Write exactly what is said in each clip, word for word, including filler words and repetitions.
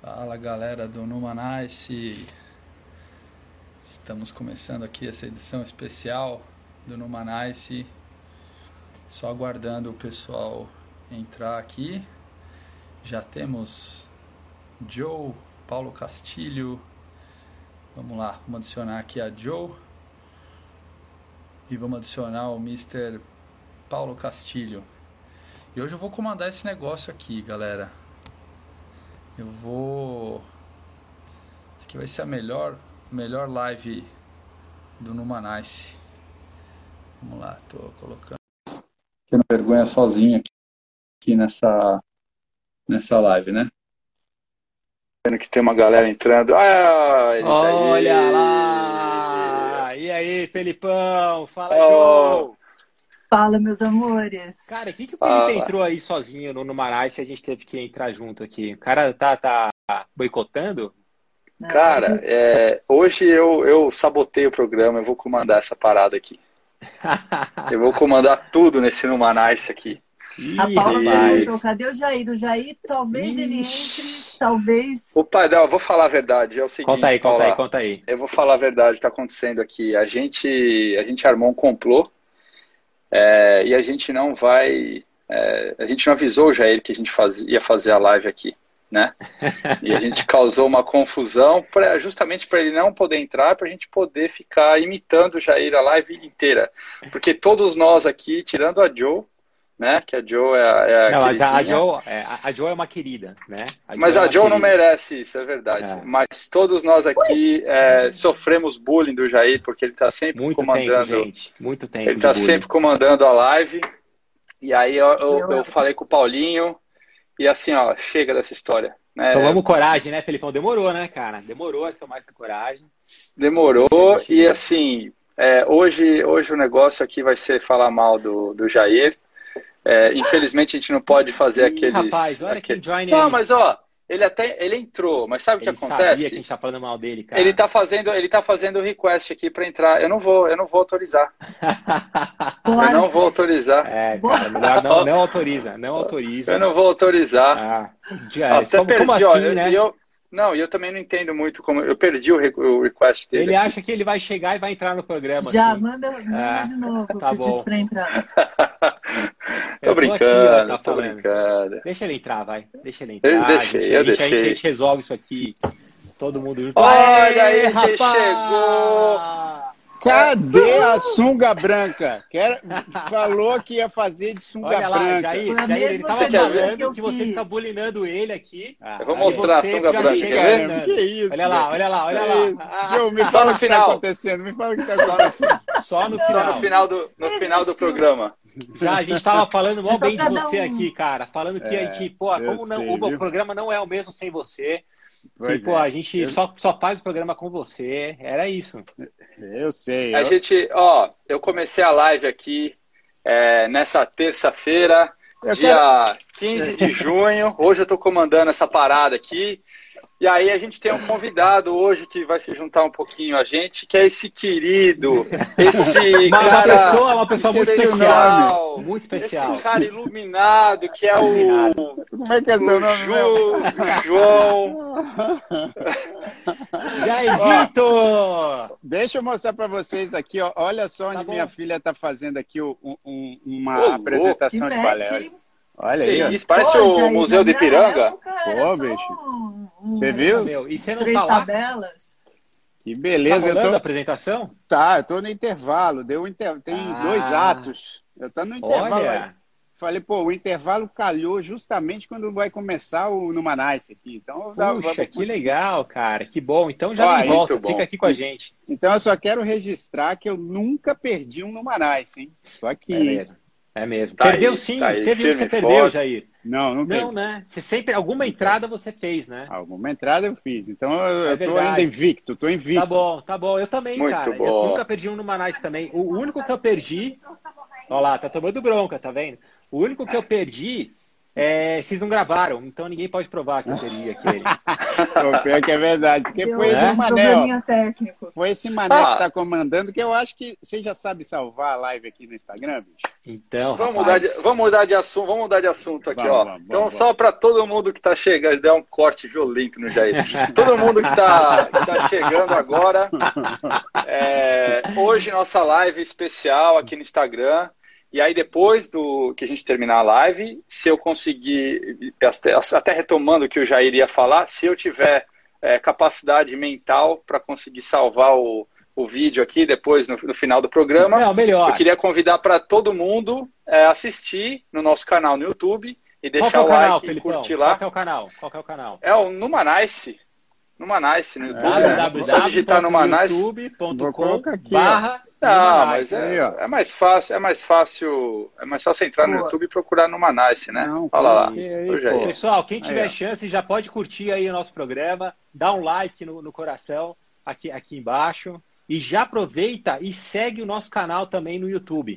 Fala galera do Numanice, estamos começando aqui essa edição especial do Numanice, só aguardando o pessoal entrar aqui. Já temos Joe, Paulo Castilho, vamos lá, vamos adicionar aqui a Joe e vamos adicionar o mister Paulo Castilho. E hoje eu vou comandar esse negócio aqui, galera. Eu vou... Isso aqui vai ser a melhor, melhor live do Numanice. Vamos lá, tô colocando... Tendo vergonha sozinho aqui, aqui nessa, nessa live, né? Vendo que tem uma galera entrando. Ah, eles Olha aí. lá! E aí, Felipão? Fala, Oh. Joe! Fala, meus amores. Cara, o que, que o Fala. Felipe entrou aí sozinho no Numanice e a gente teve que entrar junto aqui? O cara tá, tá boicotando? Não, Cara, hoje- é, hoje eu, eu sabotei o programa, eu vou comandar essa parada aqui. Eu vou comandar tudo nesse Numanice aqui. Ih, A Paula rapaz. perguntou, cadê o Jair? O Jair, talvez ele entre, talvez... Ô, pai, não, eu vou falar a verdade, é o seguinte, Conta aí, conta Paula, aí, conta aí. eu vou falar a verdade, o que está acontecendo aqui. A gente, a gente armou um complô é, e a gente não vai... é, a gente não avisou o Jair que a gente faz, ia fazer a live aqui, né? E a gente causou uma confusão pra, justamente para ele não poder entrar, para a gente poder ficar imitando o Jair a live inteira. Porque todos nós aqui, tirando a Joe, né? Que a Joe é a, é a Não, mas a, a, queridinha. Joe, é, a, a Joe é uma querida, né? Mas é a uma Joe não querida. merece isso, é verdade. É. Mas todos nós aqui é, sofremos bullying do Jair, porque ele está sempre Muito tempo, comandando. gente. Muito tempo Ele de está bullying. sempre comandando a live. E aí eu, eu, Eu- eu falei com o Paulinho, e assim, ó, chega dessa história. Né? Tomamos coragem, né, Felipão? Demorou, né, cara? Demorou a tomar essa coragem. Demorou, Isso, a gente- e assim, é, hoje, hoje o negócio aqui vai ser falar mal do, do Jair. É, infelizmente a gente não pode fazer Ih, aqueles... rapaz, olha aquele- quem join Não, aí. mas ó, ele até ele entrou, mas sabe o que Ele sabia acontece? que a gente tá falando mal dele, cara. Ele tá fazendo, ele tá fazendo o request aqui para entrar. Eu não vou, eu não vou autorizar. Bora. Eu não vou autorizar. É, cara, melhor não, não autoriza, não autoriza. Eu não vou autorizar. Ah, já, Até como, perdi, como ó, assim, eu- né? e eu, não, e eu também não entendo muito como eu perdi o, re- o request dele. Ele aqui. acha que ele vai chegar e vai entrar no programa. Já, assim. manda, manda Ah, de novo o tá pedido bom. pra entrar. Tô Eu tô brincando, aqui, né, tá tô falando. brincando. Deixa ele entrar, vai. Deixa ele entrar. Eu a deixei, gente, eu a, gente, a, gente, a deixei. gente resolve isso aqui. Todo mundo junto. Olha Aê, aí quem rapaz! chegou! Cadê a sunga branca? Quer... Falou que ia fazer de sunga Olha lá, branca. Jair, Foi a Jair, ele mesma tava pergunta falando que eu que você fiz. tá bulinando ele aqui. Ah, Eu vou E mostrar a você sunga já branca, chega quer ver? bulinando. Que isso? Olha lá, olha lá, olha lá. Ah, Joe, me Só fala no o que final. tá acontecendo. Me fala o que tá acontecendo. só no Só final. no final do, no Ele final do desistiu. programa. Já a gente tava falando mal É só bem de pra dar você um- aqui, cara. Falando que a É, gente, pô, eu como não, sei, o viu? programa não é o mesmo sem você. Pois que, pô, é. a gente Eu- só, só faz o programa com você. Era isso. Eu sei. A eu- gente, ó, eu comecei a live aqui é, nessa terça-feira, Eu dia quinze de junho. Hoje eu tô comandando essa parada aqui. E aí a gente tem um convidado hoje que vai se juntar um pouquinho a gente, que é esse querido, esse Uma, uma cara pessoa, uma pessoa muito esqueci o especial. nome. Muito especial. esse cara iluminado, que é o, Iluminado. Como é que é seu o nome? Ju, mesmo? o João. Jairito! Deixa eu mostrar para vocês aqui, ó. Olha só onde Tá bom. minha filha tá fazendo aqui o- um- um- uma Ô, louco. apresentação Que de balé. mete, Olha, hein? olha aí, ó. Que isso, parece Pô, o Jair, Museu de na minha Ipiranga. época era Pô, só bicho. um- Você viu? Meu, e você não Três tá lá? tabelas. Que Tá beleza. Eu rolando a tô... apresentação? Tá, eu tô no intervalo. Deu um inter... Tem Ah. dois atos. Eu tô no intervalo. aí. Olha, Falei, pô, o intervalo calhou justamente quando vai começar o Numanice aqui. Então, eu já- puxa, vou que conseguir. legal, cara. Que bom. Então já Ó, me muito volta. bom. Fica aqui com a gente. Então, eu só quero registrar que eu nunca perdi um Numanice, hein? Tô aqui. É mesmo. É mesmo. Tá Perdeu aí, sim. tá aí, Teve um que firme você e perdeu, forte. Jair. Não, não, Não, teve. né? Você sempre, alguma entrada você fez, né? Alguma entrada eu fiz. Então, eu, É eu tô verdade. ainda invicto, tô invicto. Tá bom, tá bom. Eu também, Muito cara. Eu bom. nunca perdi um no Numanice também. O único que eu perdi... Olha lá, tá tomando bronca, tá vendo? O único que eu perdi é, vocês não gravaram, então ninguém pode provar que eu teria aquele. Pô, pior que é verdade, porque Deu foi esse um mané, probleminha ó, técnico. foi esse mané Ah. que tá comandando, que eu acho que você já sabe salvar a live aqui no Instagram, bicho? Então, Vamos rapaz, mudar, de, vamos mudar de assunto, vamos mudar de assunto aqui, Vamos, ó. vamos, então, vamos, só para todo mundo que tá chegando, der um corte violento no Jair. Todo mundo que tá, que tá chegando agora, é, hoje nossa live especial aqui no Instagram. E aí, depois do que a gente terminar a live, se eu conseguir, até, até retomando o que o Jair ia falar, se eu tiver é, capacidade mental para conseguir salvar o, o vídeo aqui depois, no, no final do programa, não, melhor. eu queria convidar para todo mundo é, assistir no nosso canal no YouTube e Qual que deixar é o o canal, like e Felipão? curtir Qual lá. que é o canal? Qual que é o canal? É o Numanice. Numanice no YouTube. É, É só digitar Numanice. Vou youtube ponto com colocar aqui, barra Não, mas Aí, é, ó. é mais fácil, é mais fácil, é mais fácil entrar no Boa. YouTube e procurar Numanice, né? Não, Olha lá. coloquei aí, Ô, Jair. pô. Pessoal, quem tiver Aí, ó. chance já pode curtir aí o nosso programa, dá um like no, no coração aqui, aqui embaixo e já aproveita e segue o nosso canal também no YouTube.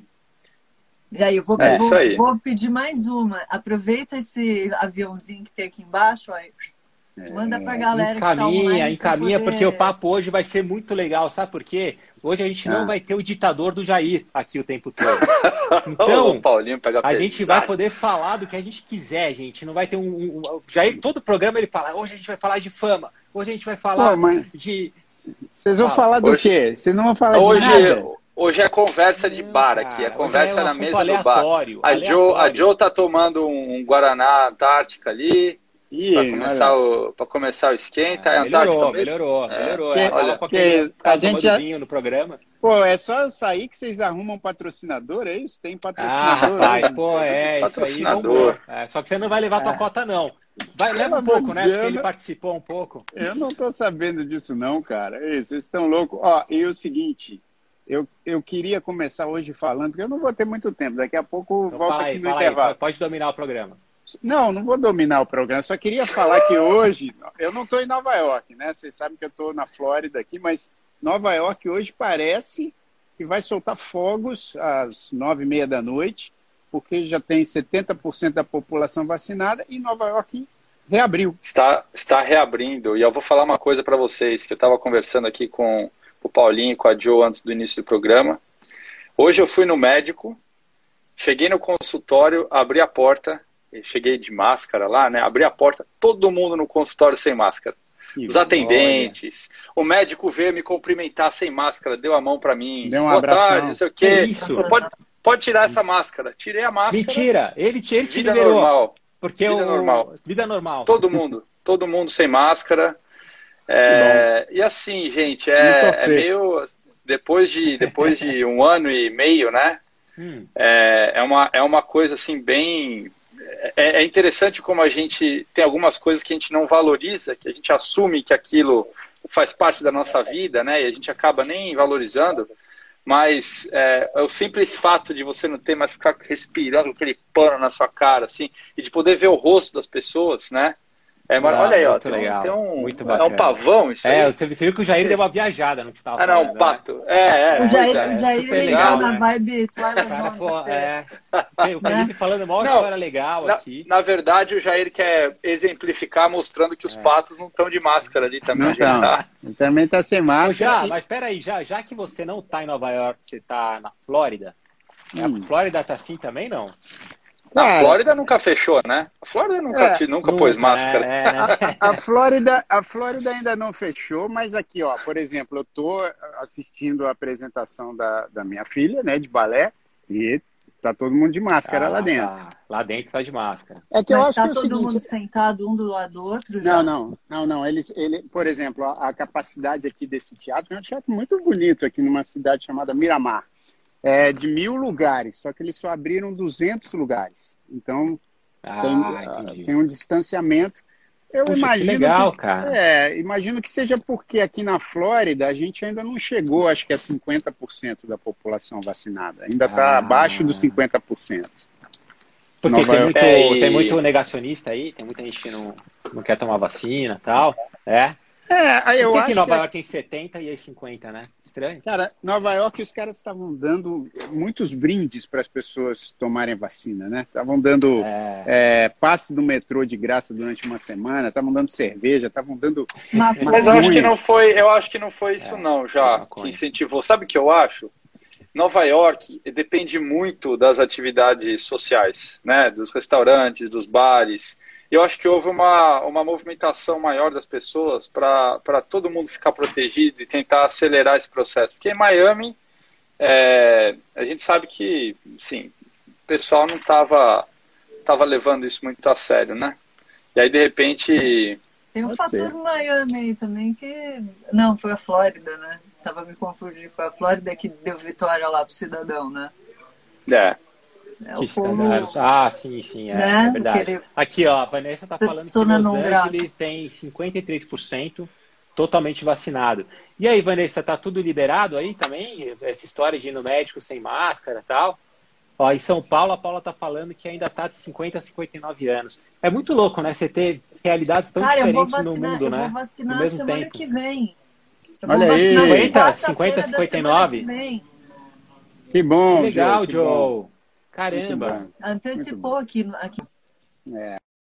E aí, eu vou, É, vou, isso aí. vou pedir mais uma. Aproveita esse aviãozinho que tem aqui embaixo, ó, manda pra galera que tá Encaminha, online. pra encaminha, poder- porque o papo hoje vai ser muito legal, sabe por quê? Hoje a gente não Ah. vai ter o ditador do Jair aqui o tempo todo. Ô, Então, Paulinho pega a pesado. gente vai poder falar do que a gente quiser, gente. Não vai ter um. um, um Jair, todo programa ele fala, hoje a gente vai falar de fama, hoje a gente vai falar Pô, mas de. vocês vão Fala. falar do Hoje- quê? Vocês não vão falar Hoje, de nada? hoje é conversa de Não, bar cara, aqui, é hoje conversa é um na assunto mesa do bar. aleatório, A Joe, a aleatório. Joe tá tomando um Guaraná Antártica ali Ih, para começar, olha. o, pra começar o esquenta. É Ah, Antártica melhorou, mesmo? melhorou, É. melhorou. Que- Ela tava olha, com aquele que a caso gente do já- vinho no programa. Pô, é só eu sair que vocês arrumam patrocinador, é isso? Tem Ah, patrocinador? rapaz, né? pô, é, isso aí, Patrocinador. vambora. É, só que você não vai levar tua cota, não. Vai, leva um amor pouco, de né? Deus, Porque ele né? participou um pouco. Eu não tô sabendo disso não, cara. Ei, vocês estão loucos. Ó, e o seguinte, eu, eu queria começar hoje falando, porque eu não vou ter muito tempo, daqui a pouco Então, volta fala aqui aí, no fala aí, intervalo. pode dominar o programa. Não, não vou dominar o programa, só queria falar que hoje, eu não estou em Nova York, né? Vocês sabem que eu estou na Flórida aqui, mas Nova York hoje parece que vai soltar fogos às nove e meia da noite, porque já tem setenta por cento da população vacinada e Nova York reabriu. Está, está reabrindo. E eu vou falar uma coisa para vocês, que eu estava conversando aqui com o Paulinho e com a Joe antes do início do programa. Hoje eu fui no médico, cheguei no consultório, abri a porta, cheguei de máscara lá, né? Abri a porta, todo mundo no consultório sem máscara. Que Os atendentes, o médico veio me cumprimentar sem máscara, deu a mão para mim. Deu um Boa abração. tarde, não sei o Que quê. isso? Você pode, pode tirar essa máscara. Tirei a máscara. Mentira, ele, te- ele te Vida liberou. normal. Porque Vida o... normal. Vida normal. Todo mundo, todo mundo sem máscara. É, e assim, gente, é, Vamos é torcer. meio. Depois de, depois de um ano e meio, né? Hum, É, é, uma, é uma coisa assim bem. É, é interessante como a gente tem algumas coisas que a gente não valoriza, que a gente assume que aquilo faz parte da nossa vida, né? E a gente acaba nem valorizando. Mas é, é o simples fato de você não ter mais ficar respirando aquele pano na sua cara, assim, e de poder ver o rosto das pessoas, né? É, mas Ah, olha aí, ó, muito tem, um- legal, tem um, muito é um bacana. pavão isso aí. É, você você viu que o Jair deu uma viajada no que você estava Ah, não, falando. um pato. É, é, O pois Jair, é. o Jair super ele legal, tá na né? vibe Twilight Né? Cara, Zone. pô, você. é. O Felipe falando uma Não, história legal Na, aqui. na verdade, o Jair quer exemplificar mostrando que os É. patos não estão de máscara ali também. Não tá. Ele também tá sem Ô, máscara. já, e- mas peraí, já, já que você não tá em Nova York, você tá na Flórida, Hum. a Flórida tá assim também, não? A Cara, Flórida nunca fechou, né? A Flórida nunca, É, te- nunca pôs Nunca, máscara. né? É, né? A Flórida, a Flórida ainda não fechou, mas aqui, ó, por exemplo, eu estou assistindo a apresentação da, da minha filha, né, de balé, e tá todo mundo de máscara Ah, lá dentro. tá. Lá dentro tá de máscara. É que eu Mas acho tá que é o todo mundo seguinte, sentado um do lado do outro já? não, não, não, não, eles, ele, por exemplo, a, a capacidade aqui desse teatro é um teatro muito bonito aqui numa cidade chamada Miramar, é de mil lugares, só que eles só abriram duzentos lugares, então Ah, tem, ah, entendi. tem um distanciamento. Eu Puxa, que imagino legal, que, cara. É, imagino que seja porque aqui na Flórida a gente ainda não chegou, acho que a cinquenta por cento da população vacinada. Ainda está Ah. abaixo dos cinquenta por cento. Porque Nova tem York. muito, É, e- tem muito negacionista aí, tem muita gente que não, não quer tomar vacina e tal. É? É, É, aí eu Por que acho que Nova que... York tem setenta e aí cinquenta, né? Estranho. Cara, Nova York, os caras estavam dando muitos brindes para as pessoas tomarem vacina, né? Estavam dando É. é, passe do metrô de graça durante uma semana, estavam dando cerveja, estavam dando... Maconha. Mas eu acho que Maconha. não foi, eu acho que não foi isso É, não, já maconha. que incentivou. Sabe o que eu acho? Nova York depende muito das atividades sociais, né? Dos restaurantes, dos bares. Eu acho que houve uma, uma movimentação maior das pessoas para todo mundo ficar protegido e tentar acelerar esse processo. Porque em Miami, é, a gente sabe que, sim, o pessoal não estava tava levando isso muito a sério, né? E aí, de repente... Tem um Pode fator ser. Miami aí também que... Não, foi a Flórida, né? Tava me confundindo. Foi a Flórida que deu vitória lá pro cidadão, né? É, É, Que o povo... escandalo. Ah, sim, sim, é, Né? é verdade. Aquele- Aqui, ó, a Vanessa tá falando que Persona Los não grata. Angeles tem cinquenta e três por cento totalmente vacinado. E aí, Vanessa, tá tudo liberado aí também? Essa história de ir no médico sem máscara e tal? Ó, em São Paulo, a Paula tá falando que ainda tá de cinquenta a cinquenta e nove anos. É muito louco, né? Você ter realidades tão Cara, eu vou diferentes no vacinar, mundo, eu né? vou No vacinar mesmo semana tempo. que vem. Eu Olha vou aí. vacinar cinquenta, quarta-feira cinquenta, da cinquenta e semana nove? que vem. Que bom, Que legal, Joe, que bom. Joe. Caramba. Muito bom. Antecipou aqui, aqui. É.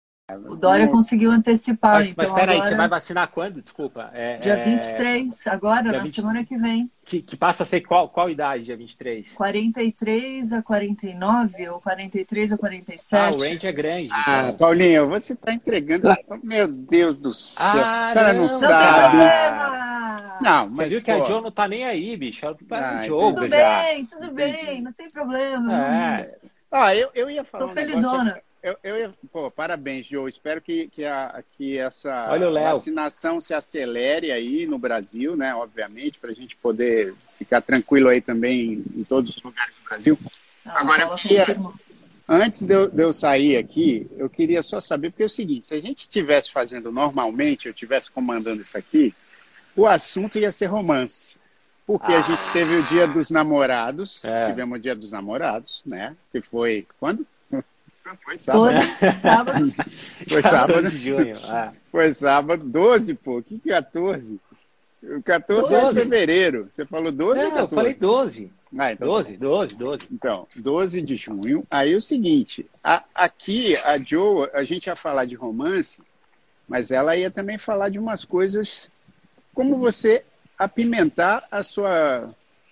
O Dória Vamos- conseguiu antecipar, Mas, então mas peraí, agora... você vai vacinar quando? Desculpa. É, Dia é, vinte e três, agora, dia na vinte semana que vem. Que, que passa a ser qual, qual idade, dia vinte e três? quarenta e três a quarenta e nove ou quarenta e três a quarenta e Ah, sete. o range é grande. Ah, então. Paulinho, você está entregando... Meu Deus do céu. Ah, o cara não, não, Não tem sabe. problema! Não, Você mas, viu que a pô, Jo não tá nem aí, bicho. Ela tá Ah, no jogo Tudo já. bem, tudo bem, não tem problema. É. Ah, eu, eu ia falar Tô um negócio... felizona. Eu, eu ia... Pô, parabéns, Joe. Espero que, que, a, que essa Olha o Léo. vacinação se acelere aí no Brasil, né? Obviamente, para a gente poder ficar tranquilo aí também em todos os lugares do Brasil. Ah, Agora, ela eu queria- confirmou. Antes de eu, de eu sair aqui, eu queria só saber, porque é o seguinte, se a gente estivesse fazendo normalmente, eu estivesse comandando isso aqui, o assunto ia ser romance. Porque a gente teve o Dia dos Namorados, É. tivemos o Dia dos Namorados, né? Que foi quando? Foi sábado. doze, sábado. Foi sábado. de junho. Ah. Foi sábado. doze, pô. Que quatorze? O quatorze é doze. fevereiro. Você falou doze ou Não, eu quatorze? falei doze. Ah, então, doze, doze, doze. Então, doze de junho. Aí é o seguinte, a- aqui a Jo, a gente ia falar de romance, mas ela ia também falar de umas coisas, como você apimentar a sua,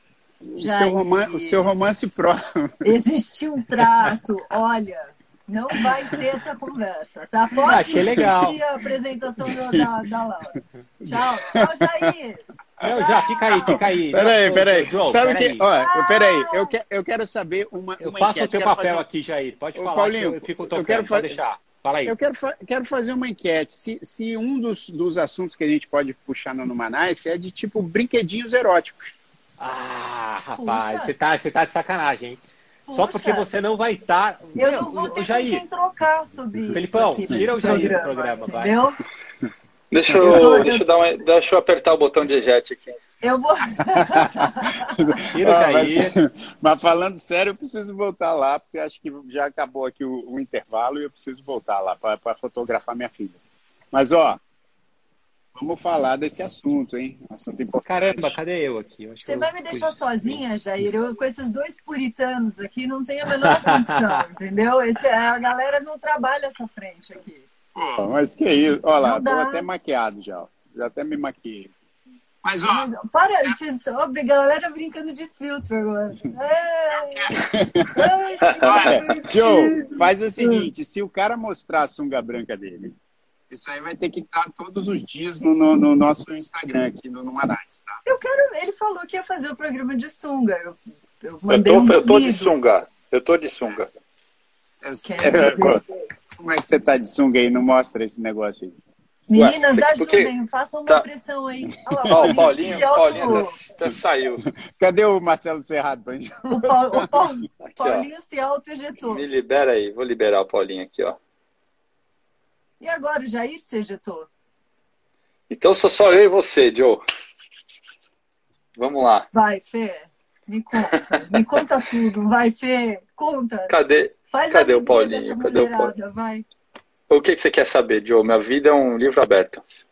o, Já seu, roman, ia. o seu romance próximo. Existe um trato, olha, não vai ter essa conversa, tá? Pode Achei legal. assistir a apresentação da, da, da Laura. Tchau, tchau, Jair. Não, já, fica aí, fica aí. Peraí, Não, peraí. Joe, Sabe peraí. que, ó, peraí, eu, que, eu quero saber uma, Eu uma faço enquete. o teu Quero papel fazer- aqui, Jair. Pode Ô, falar, Paulinho, que eu, eu fico eu tocando, quero pode fa- deixar. Fala aí. Eu quero, fa- quero fazer uma enquete. Se, se um dos, dos assuntos que a gente pode puxar no Numanice é de tipo brinquedinhos eróticos. Ah, rapaz, Puxa. você tá, você tá de sacanagem, hein? Só Puxa. porque você não vai estar... Eu não vou ter com Jair, quem trocar sobre Felipão, isso aqui tira nesse o Jair do programa, programa, vai. entendeu? deixa Eu eu, tô- deixa eu, dar uma, deixa eu apertar o botão de eject aqui. Eu vou... tira o Ah, Jair. mas, mas falando sério, eu preciso voltar lá, porque acho que já acabou aqui o, o intervalo e eu preciso voltar lá para fotografar minha filha. Mas, ó, vamos falar desse assunto, hein? Assunto importante. Caramba, cadê eu aqui? Eu acho que Você eu vai me deixar fui- sozinha, Jair? Eu, com esses dois puritanos aqui, não tenho a menor condição, entendeu? Esse, a galera não trabalha essa frente aqui. Pô, mas que isso? Olha lá, Não tô dá. até maquiado já. ó. Já até me maquiei. Mas, ó, Mas, para, vocês, ó, a galera brincando de filtro agora. É. Ai, que olha, bonitinho. Joe, faz o seguinte, se o cara mostrar a sunga branca dele, isso aí vai ter que estar todos os dias no, no- no nosso Instagram aqui, no Numanice, tá? Eu quero. Ele falou que ia fazer o programa de sunga. Eu, eu Eu mandei tô, um eu tô de duvido. sunga. Eu tô de sunga. Quero É, ver. como é que você tá de sunga aí? Não mostra esse negócio aí. Meninas, Ué, porque- ajudem, façam uma tá. pressão aí. Olha lá, Ó, o Paulinho, se o Paulinho auto- até, até saiu. Cadê o Marcelo Serrado? pra gente- O, Pau- o Pau- Aqui, ó. Paulinho se auto-ejetou. Me libera aí, vou liberar o Paulinho aqui, ó. E agora o Jair se ejetou? Então sou só eu e você, Joe. Vamos lá. Vai, Fê, me conta. Me conta tudo. Vai, Fê, conta. Cadê, Faz cadê a o vida Paulinho? dessa Cadê o mulherada, vai. o que, que você quer saber, Joe? Minha vida é um livro aberto.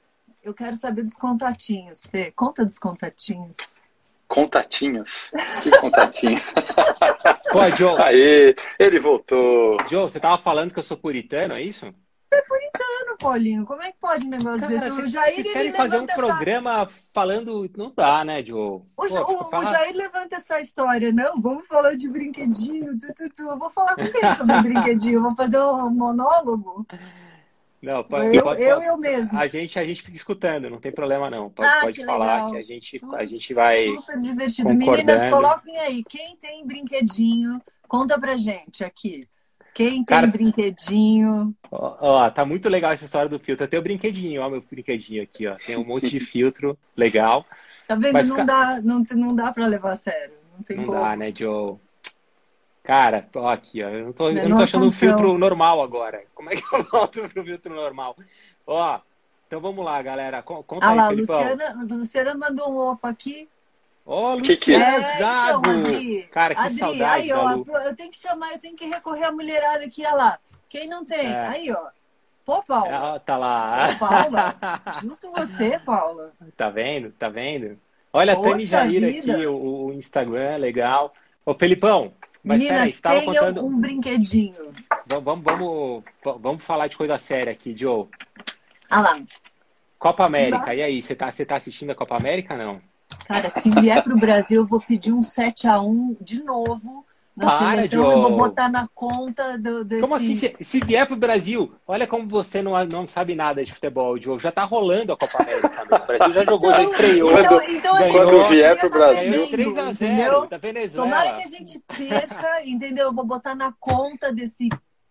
eu quero saber dos contatinhos, Fê. Conta dos contatinhos. Contatinhos? Que contatinho? Pô, Joe. Aê, ele voltou. Joe, você tava falando que eu sou puritano, é isso? Você é puritano, Paulinho. Como é que pode um negócio Cara, desse? O vocês, Jair, vocês ele querem fazer um levanta programa falando... Não dá, né, Joe? O, Pô, Ja- o- o fala- Jair levanta essa história, não? Vamos falar de brinquedinho, tu, tu, tu. Eu vou falar com quem sobre brinquedinho? Eu vou fazer um monólogo? Não, pode, Eu, pode, eu, pode- eu mesmo. A gente, a gente fica escutando, não tem problema não. Pode, Ah, pode que falar legal. que a gente, Su- a gente vai Super divertido. concordando. Meninas, coloquem aí. Quem tem brinquedinho? Conta pra gente aqui. Quem tem Cara- brinquedinho? Ó, ó, tá muito legal essa história do filtro. Eu tenho o brinquedinho, ó, meu brinquedinho aqui, ó. Tem um monte de filtro legal. Tá vendo? Mas, não, ca- dá, não, não dá pra levar a sério. Não tem Não como. dá, né, Joe? Cara, ó, aqui, ó. Eu não tô, eu não tô Menor achando um condição. filtro normal agora. Como é que eu volto pro filtro normal? Ó, então vamos lá, galera. Con- Conta Ah aí, lá, Felipão. Luciana, Luciana mandou um opa aqui. Ó, Que que é? Luciana É, Zago. então, Adri, Cara, que Adri, saudade aí, da ó, Lu. eu tenho que chamar, eu tenho que recorrer à mulherada aqui, olha lá. Quem não tem? É. Aí, ó. Pô, Paula. Ela tá lá. Pô, Paula. Justo você, Paula. Tá vendo? Tá vendo? Olha, Poxa Tani Jair vida. aqui, o, o Instagram é legal. Ô, Felipão, mas Meninas, peraí, você tava tenham contando... um brinquedinho. Vamos, vamos, vamos, vamos falar de coisa séria aqui, Joe. Ah lá. Copa América, Lá. e aí, você tá, você tá assistindo a Copa América, não? Cara, se vier pro Brasil, eu vou pedir um sete a um de novo na Para, seleção. Joe. Eu vou botar na conta do, desse... Como assim, se, se vier pro Brasil, olha como você não, não sabe nada de futebol, Joe. Já tá rolando a Copa América, meu. O Brasil já jogou, já estreou. Então, então a gente Quando devia vier pro tá Brasil, perdendo, três a zero entendeu? da Venezuela. Tomara que a gente perca, entendeu? Eu vou botar na conta desse...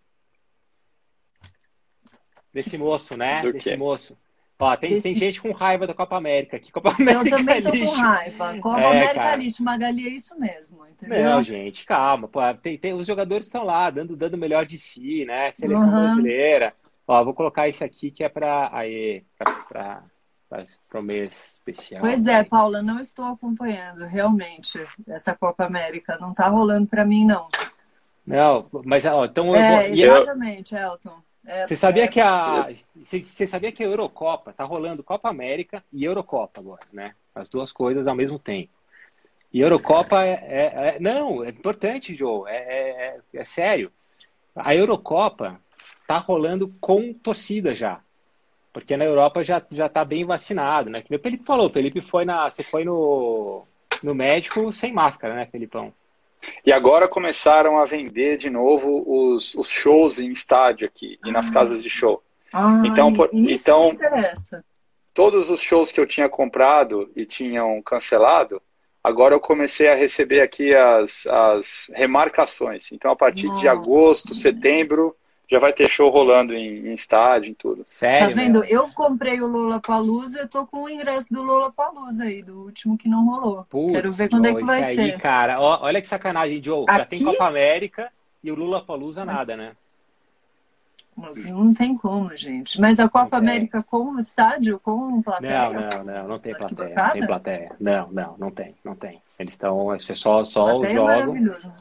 Desse moço, né? Do Desse quê? moço. Ó, tem, Desse- tem gente com raiva da Copa América aqui. Copa Eu América também tô é lixo. com raiva. Copa É, América cara. lixo, Magali, é isso mesmo, entendeu? Não, gente, calma. Pô, tem, tem, os jogadores estão lá, dando, dando o melhor de si, né? Seleção Uhum. brasileira. Ó, vou colocar esse aqui que é para aí, para o mês especial. Pois é, Paula, não estou acompanhando, realmente, essa Copa América. Não tá rolando pra mim, não. Não, mas ó, então eu É, vou. e eu- exatamente, Elton. É, Você sabia é- que a. Você você sabia que a Eurocopa tá rolando Copa América e Eurocopa agora, né? As duas coisas ao mesmo tempo. E Eurocopa é. é- é- não, é importante, Joe. É, é, é- é sério. A Eurocopa tá rolando com torcida já. Porque na Europa já, já tá bem vacinado, né? Que nem o Felipe falou, o Felipe foi na. Você foi no, no médico sem máscara, né, Felipão? E agora começaram a vender de novo os, os shows em estádio aqui e nas Ah. casas de show. Ai, Então, por- isso então- me interessa. Todos os shows que eu tinha comprado e tinham cancelado, agora eu comecei a receber aqui as, as remarcações. Então, a partir de Nossa. agosto, setembro, já vai ter show rolando em, em estádio, em tudo. Tá Sério, vendo? meu? Eu comprei o Lollapalooza, eu tô com o ingresso do Lollapalooza aí, do último que não rolou. Putz, Quero ver quando é que Joe, vai isso aí, ser. cara. Ó, olha que sacanagem, Joe. Já tem Aqui? Copa América e o Lula-Palusa nada, né? Mas não tem como, gente. Mas a Copa Não tem. América com estádio, com plateia? Não, não, não, não tem plateia. Não Arquibancada? tem plateia. Não, não, não tem, não tem. Eles estão, é só, só o Plateia é jogo maravilhoso.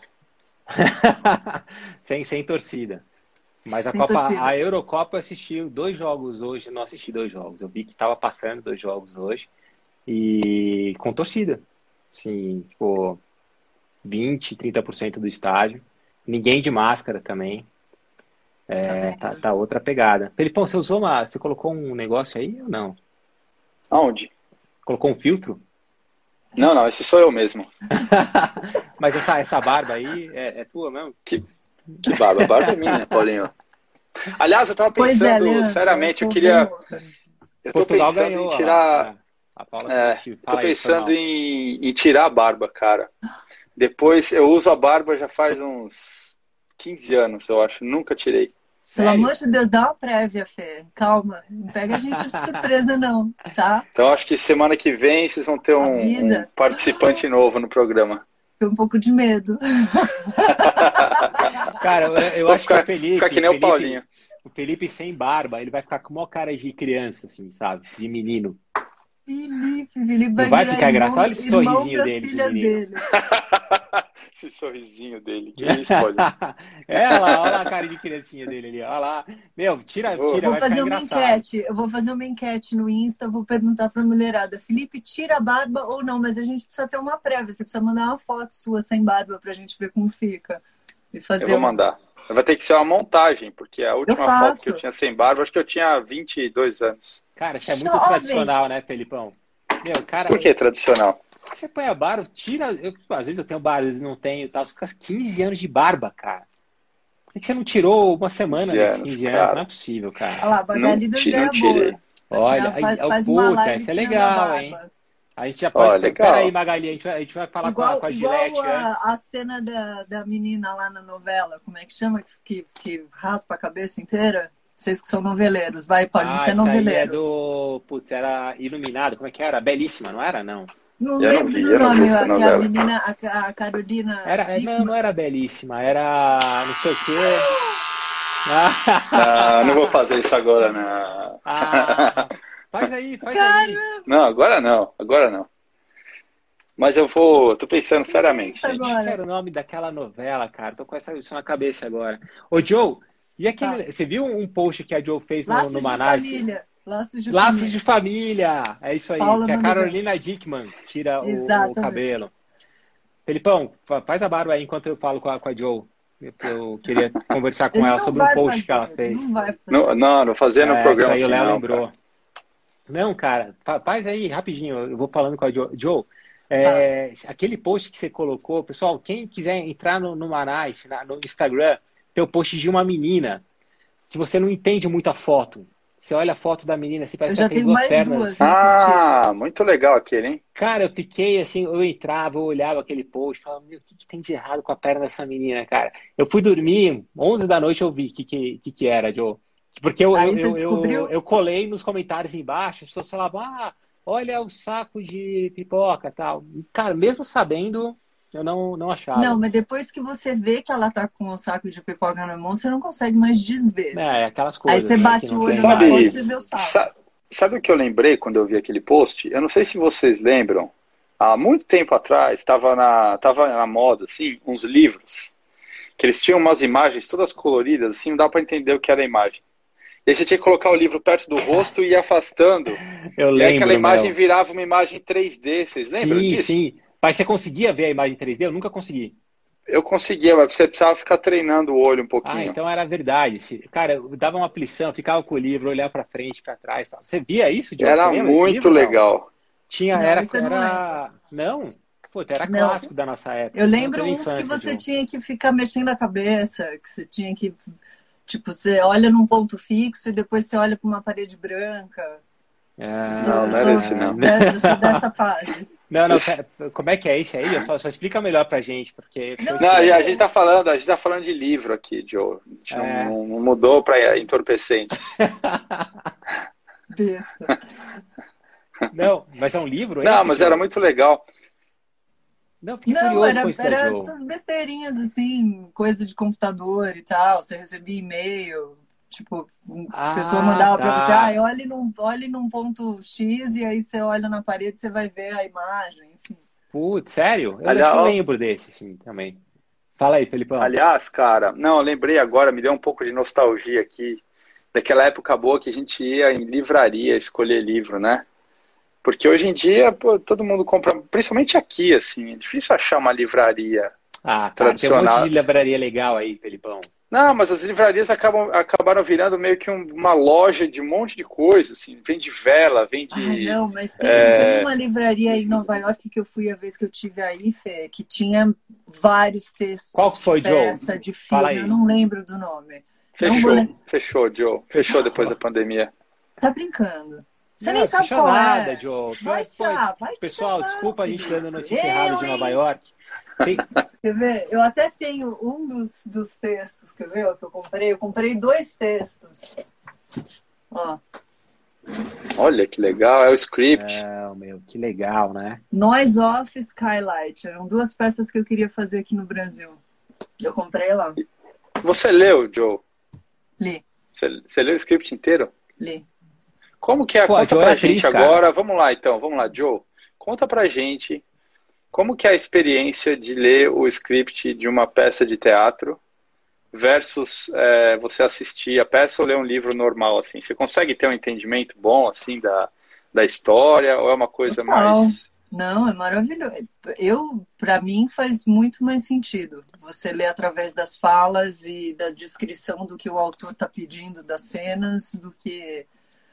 sem, sem torcida. Mas a Sem Copa, torcida. a Eurocopa eu assisti dois jogos hoje, não assisti dois jogos. Eu vi que tava passando dois jogos hoje e com torcida. Assim, tipo, vinte, trinta por cento do estádio. Ninguém de máscara também. É, Tá tá, vendo? tá outra pegada. Felipão, você usou uma. Você colocou um negócio aí ou não? Aonde? Colocou um filtro? Não, não, esse sou eu mesmo. Mas essa, essa barba aí é, é tua mesmo? Que, que barba, barba é minha, Paulinho. Aliás, eu tava Pois é, pensando, Leandro. seriamente, eu tô queria... bem louca. Eu tô Portugal pensando ganhou. em ó lá. tirar... A Paula É, assistiu. tô Fala aí, pensando foi mal. em, em tirar a barba, cara. Depois, eu uso a barba já faz uns quinze anos, eu acho. Nunca tirei. Pelo Sério? amor de Deus, dá uma prévia, Fê. Calma. Não pega a gente de surpresa, não, tá? Então, acho que semana que vem vocês vão ter um, Avisa. um participante novo no programa. Tenho um pouco de medo. Cara, eu, eu Vou acho ficar, que o Felipe. ficar que nem o Felipe- Paulinho. O Felipe sem barba, ele vai ficar com uma cara de criança, assim, sabe? De menino. Felipe, Felipe vai, Não vai virar ficar irmão, engraçado? Olha esse irmão sorrisinho pras dele, de filhas menino. dele. Esse sorrisinho dele. Que isso, olha. É, olha lá, olha lá a cara de criancinha dele ali. Olha lá. Meu, tira, Vou- tira, Vou vai fazer ficar uma engraçado. enquete. Eu vou fazer uma enquete no Insta, vou perguntar pra mulherada, Felipe, tira a barba ou não? Mas a gente precisa ter uma prévia. Você precisa mandar uma foto sua sem barba pra gente ver como fica. E fazer Eu vou um- mandar. Vai ter que ser uma montagem, porque a última faço. foto que eu tinha sem barba, acho que eu tinha vinte e dois anos. Cara, isso é muito Jovem. tradicional, né, Felipão? Meu, cara, Por que tradicional? você põe a barba, tira. Eu, às vezes eu tenho barba, às vezes não tenho e tal. Você fica quinze anos de barba, cara. Por que você não tirou uma semana quinze nesses anos, quinze cara. anos? Não é possível, cara. Olha lá, a Magali Não deu ti- ideia não tirei. boa. Pra Olha, tirar, faz, aí, faz puta, uma live essa é tirando legal, a barba. hein? A gente já pode. Ó, legal. Pera aí, Magali, a gente vai, a gente vai falar com a, Igual, com a igual Gillette antes. a, a cena da, da menina lá na novela, como é que chama? Que, que, que raspa a cabeça inteira? Vocês que são noveleiros, vai, Paulinho, Ah, você é essa aí é noveleiro. do. Putz, era Iluminado, como é que era? Belíssima, não era? Não. Não Eu não lembro vi, do eu não vi nome, essa que a novela. menina, a, a Carolina Era, não, Dickman. não era Belíssima, era não sei o quê. Não, não vou fazer isso agora, não. Ah, faz aí, faz aí. Não, agora não, agora não. Mas eu vou, tô pensando seriamente, Pensa gente. agora. Que era o nome daquela novela, cara. Tô com essa, isso na cabeça agora. Ô, Joe, e aquele. Tá. Você viu um post que a Joe fez no, Laços no de Manais? família. Laços de Laços família. de família! É isso aí, Paula que a mandou Carolina Dickman tira o, Exatamente. o cabelo. Felipão, fa- faz a barba aí enquanto eu falo com a, com a Joe. Eu, eu queria conversar com Ele ela não sobre um vai post fazer, que ela ele fez. Não vai fazer. Não, não, não fazer no É, programa isso aí assim, o Léo não, lembrou. cara. Não, cara, fa- faz aí rapidinho, eu vou falando com a Joe. Joe, é, aquele post que você colocou, pessoal, quem quiser entrar no, no Manais, na- no Instagram, tem o post de uma menina que você não entende muito a foto. Você olha a foto da menina assim, parece Eu que já ela tem tenho duas mais pernas. duas. Ah, muito legal aquele, hein? Cara, eu fiquei assim, eu entrava, eu olhava aquele post, falava, meu, o que, que tem de errado com a perna dessa menina, cara? Eu fui dormir, onze da noite eu vi o que, que, que, que era, Joe. Porque eu, Aí eu, você eu, descobriu? eu, eu colei nos comentários embaixo, as pessoas falavam, ah, olha o saco de pipoca e tal. Cara, mesmo sabendo, eu não, não achava. Não, mas depois que você vê que ela tá com o saco de pipoca na mão, você não consegue mais desver. É, aquelas Aí coisas. você né, bate que o não olho tem na Sabe, foto e mais. você vê o saco. sa- sabe o que eu lembrei quando eu vi aquele post? Eu não sei se vocês lembram, há muito tempo atrás, estava na, tava na moda, assim, uns livros, que eles tinham umas imagens todas coloridas, assim, não dá para entender o que era a imagem. E aí você tinha que colocar o livro perto do rosto e ir afastando. Eu E aí aquela lembro, imagem meu. virava uma imagem três D, vocês lembram Sim, disso? sim. Mas você conseguia ver a imagem em três D? Eu nunca consegui. Eu conseguia, mas você precisava ficar treinando o olho um Ah, pouquinho. então era verdade. Se- Cara, eu dava uma aflição, ficava com o livro, olhava pra frente, pra trás, tal. Você via isso, Diogo? Você Era lembra desse muito livro, não? legal. Tinha, Não, era, esse eu não era, não? Puta, era Não. clássico da nossa época. Eu Não lembro teve uns infância, que você Diogo. tinha que ficar mexendo a cabeça, que você tinha que. Tipo, você olha num ponto fixo e depois você olha para uma parede branca. É, Eu sou, Não, eu não era sou esse, não. de- eu sou dessa fase. Não, não, pera, como é que é esse aí? Eu Só, só explica melhor pra gente, porque... Não, Não, e a gente tá falando, a gente tá falando de livro aqui, Joe. A gente não, É. não- não mudou para entorpecentes. Besta. Não, mas é um livro Não, esse, mas Diogo? era muito legal. Não, fiquei Não, curioso era, com isso da era Joe. essas besteirinhas assim, coisa de computador e tal. Você recebia e-mail, tipo, a Ah, pessoa mandava tá. pra você, ah, olhe num, olhe num ponto X e aí você olha na parede e você vai ver a imagem, enfim. Putz, sério? Eu Aliás, acho que eu ó- lembro desse, sim, também. Fala aí, Felipão. Aliás, cara, não, eu lembrei agora, me deu um pouco de nostalgia aqui, daquela época boa que a gente ia em livraria escolher livro, né? Porque hoje em dia, pô, todo mundo compra, principalmente aqui, assim, é difícil achar uma livraria. Ah, cara, tem um monte Tradicional. de livraria legal aí, Felipão. Não, mas as livrarias acabam, acabaram virando meio que um- uma loja de um monte de coisa, assim, vende vela, vende... Ah, não, mas tem, é, tem uma livraria em Nova York que eu fui a vez que eu tive aí, Fê, que tinha vários textos Qual que foi, de Joe? peça, de Fala filme, aí. eu não lembro do nome. Não vou Fechou, lem- fechou, Joe. Fechou depois da pandemia. Tá brincando. Você Não, nem sabe fecha qual nada, é. Joe. Vai, Pô, Thiago, vai te pessoal, catar, desculpa a gente filho. dando notícia Eu, errada de hein? Nova York. Tem- Quer ver? Eu até tenho um dos, dos textos, quer ver? O que eu comprei? Eu comprei dois textos. Ó. Olha que legal, é o script. Não, meu, que legal, né? Noise Off Skylight. Eram duas peças que eu queria fazer aqui no Brasil. Eu comprei lá. Você leu, Joe? Li, Você, você leu o script inteiro? li. Como que é? Pô, a Conta Joe pra é atriz, gente cara. agora. Vamos lá, então. Vamos lá, Joe. Conta pra gente como que é a experiência de ler o script de uma peça de teatro versus é, você assistir a peça ou ler um livro normal, assim? Você consegue ter um entendimento bom, assim, da, da história, ou é uma coisa Total. mais... Não, é maravilhoso. Eu, para mim, faz muito mais sentido você ler através das falas e da descrição do que o autor está pedindo das cenas do que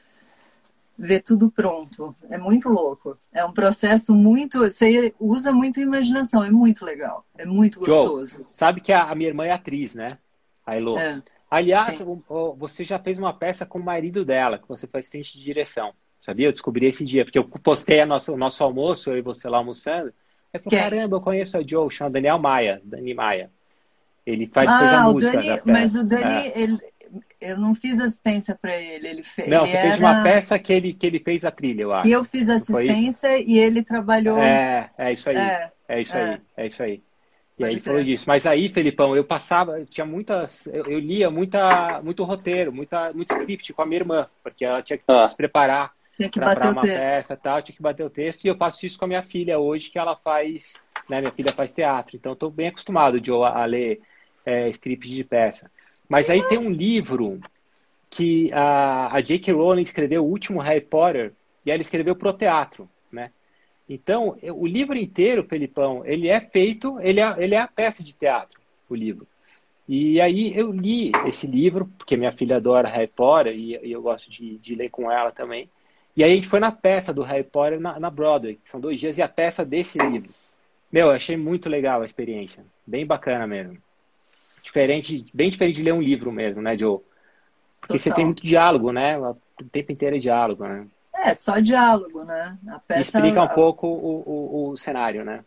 ver tudo pronto. É muito louco. É um processo muito... Você usa muita imaginação, é muito legal. É muito gostoso. Joe, sabe que a, a minha irmã é atriz, né? A Elo. É, Aliás, sim. o- o- você já fez uma peça com o marido dela, que você foi assistente de direção. Sabia? Eu descobri esse dia, porque eu postei a nossa, o nosso almoço, eu e você lá almoçando. Aí falou, Quem? caramba, eu conheço a Joe, chama Daniel Maia, Dani Maia. Ele faz, fez a Ah, o música Dani, da mas peça. o Dani, É. ele, eu não fiz assistência para ele. Ele, fe, Não, ele você fez de uma era. peça que ele, que ele fez a trilha, eu E acho. eu fiz Não foi isso? assistência e ele trabalhou. É, é isso aí. É, É isso é, aí. É isso aí. E aí pode ele falou crer. disso. Mas aí, Felipão, eu passava, eu tinha muitas, eu, eu lia muita, muito roteiro, muita, muito script com a minha irmã, porque ela tinha que Ah, se preparar Tinha que para bater o uma texto. peça e tal, tinha que bater o texto, e eu faço isso com a minha filha hoje, que ela faz, né, minha filha faz teatro, então estou bem acostumado, Joe, a, a ler é, script de peça. Mas aí tem um livro que a, a J K. Rowling escreveu, o último Harry Potter, e ela escreveu pro teatro, né? Então, o livro inteiro, Felipão, ele é feito, ele é, ele é a peça de teatro, o livro. E aí eu li esse livro, porque minha filha adora Harry Potter, e, e eu gosto de, de ler com ela também. E aí a gente foi na peça do Harry Potter na, na Broadway, que são dois dias, e a peça desse livro. Meu, eu achei muito legal a experiência. Bem bacana mesmo. Diferente, bem diferente de ler um livro mesmo, né, Joe? Porque você tem Total. muito diálogo, né? O tempo inteiro é diálogo, né? É, só diálogo, né? A E peça, explica um a- pouco o, o, o cenário, né?